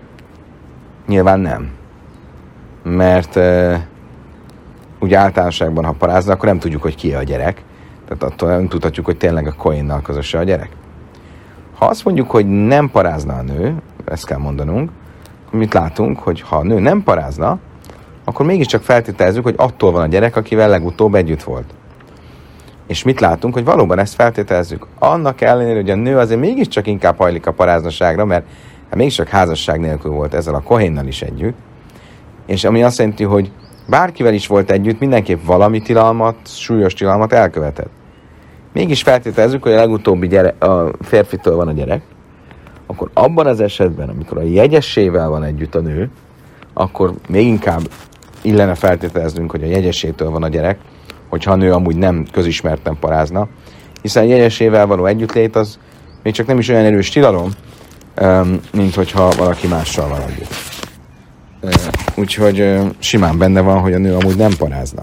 Nyilván nem. Mert e, úgy általánosságban, ha parázna, akkor nem tudjuk, hogy ki a gyerek. Tehát attól nem tudhatjuk, hogy tényleg a kohénnal közös a gyerek. Ha azt mondjuk, hogy nem parázna a nő, ezt kell mondanunk, mit látunk, hogy ha a nő nem parázna, akkor mégiscsak feltételezzük, hogy attól van a gyerek, akivel legutóbb együtt volt. És mit látunk, hogy valóban ezt feltételezzük. Annak ellenére, hogy a nő azért mégiscsak inkább hajlik a paráznaságra, mert hát mégiscsak házasság nélkül volt ezzel a kohénnal is együtt. És ami azt jelenti, hogy bárkivel is volt együtt, mindenképp valami tilalmat, súlyos tilalmat elkövetett. Mégis feltételezzük, hogy a legutóbbi gyerek, a férfitől van a gyerek, akkor abban az esetben, amikor a jegyesével van együtt a nő, akkor még inkább illene feltételeznünk, hogy a jegyesétől van a gyerek, hogyha a nő amúgy nem közismerten parázna, hiszen a jegyesével való együttlét az még csak nem is olyan erős tilalom, mint hogyha valaki mással van együtt. Úgyhogy simán benne van, hogy a nő amúgy nem parázna.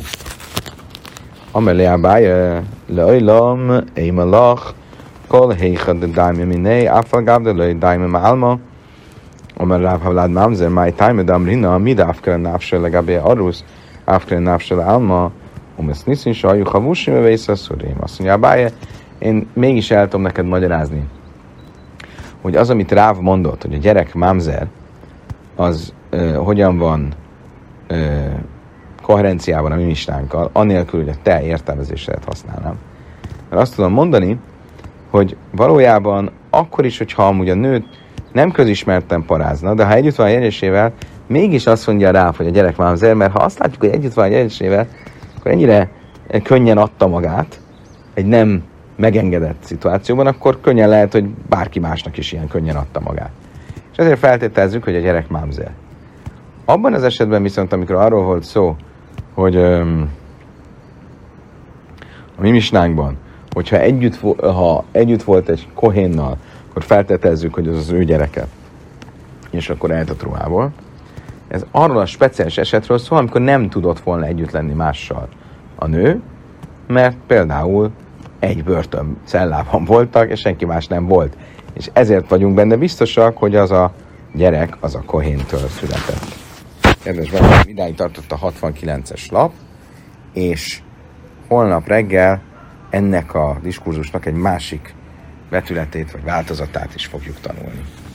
Amelé ábája, leajlam, éjmalach, kol héjchad de dájme miné, áfalgáb de lej dájme málma, Omer Rav Havlad Mamzer, máj tájme damrina, mid áfkere návsel legabé arusz, áfkere návsel álma, omesz niszin sajjú havusim, vész a szurém. Azt mondja, Abáje, én mégis el tudom neked magyarázni, hogy az, amit Ráv mondott, hogy a gyerek Mamzer, az uh, hogyan van uh, koherenciában a mi misnánkkal, anélkül, hogy a te értelmezésedet használnám. Mert azt tudom mondani, hogy valójában akkor is, hogyha amúgy a nőt nem közismerten parázna, de ha együtt van a jegyesével, mégis azt mondja rá, hogy a gyerek mamzer, mert ha azt látjuk, hogy együtt van a jegyesével, akkor ennyire könnyen adta magát egy nem megengedett szituációban, akkor könnyen lehet, hogy bárki másnak is ilyen könnyen adta magát. És ezért feltételezzük, hogy a gyerek mamzer. Abban az esetben viszont, amikor arról volt szó, hogy öm, a mi misnánkban, hogyha együtt, ha együtt volt egy kohénnal, akkor feltételezzük, hogy az az ő gyereke, és akkor eltett ruhából. Ez arról a speciális esetről szól, amikor nem tudott volna együtt lenni mással a nő, mert például egy börtön cellában voltak, és senki más nem volt. És ezért vagyunk benne biztosak, hogy az a gyerek az a kohéntől született. Kedves barátom, idáig tartott a hatvankilences lap, és holnap reggel ennek a diskurzusnak egy másik vetületét vagy változatát is fogjuk tanulni.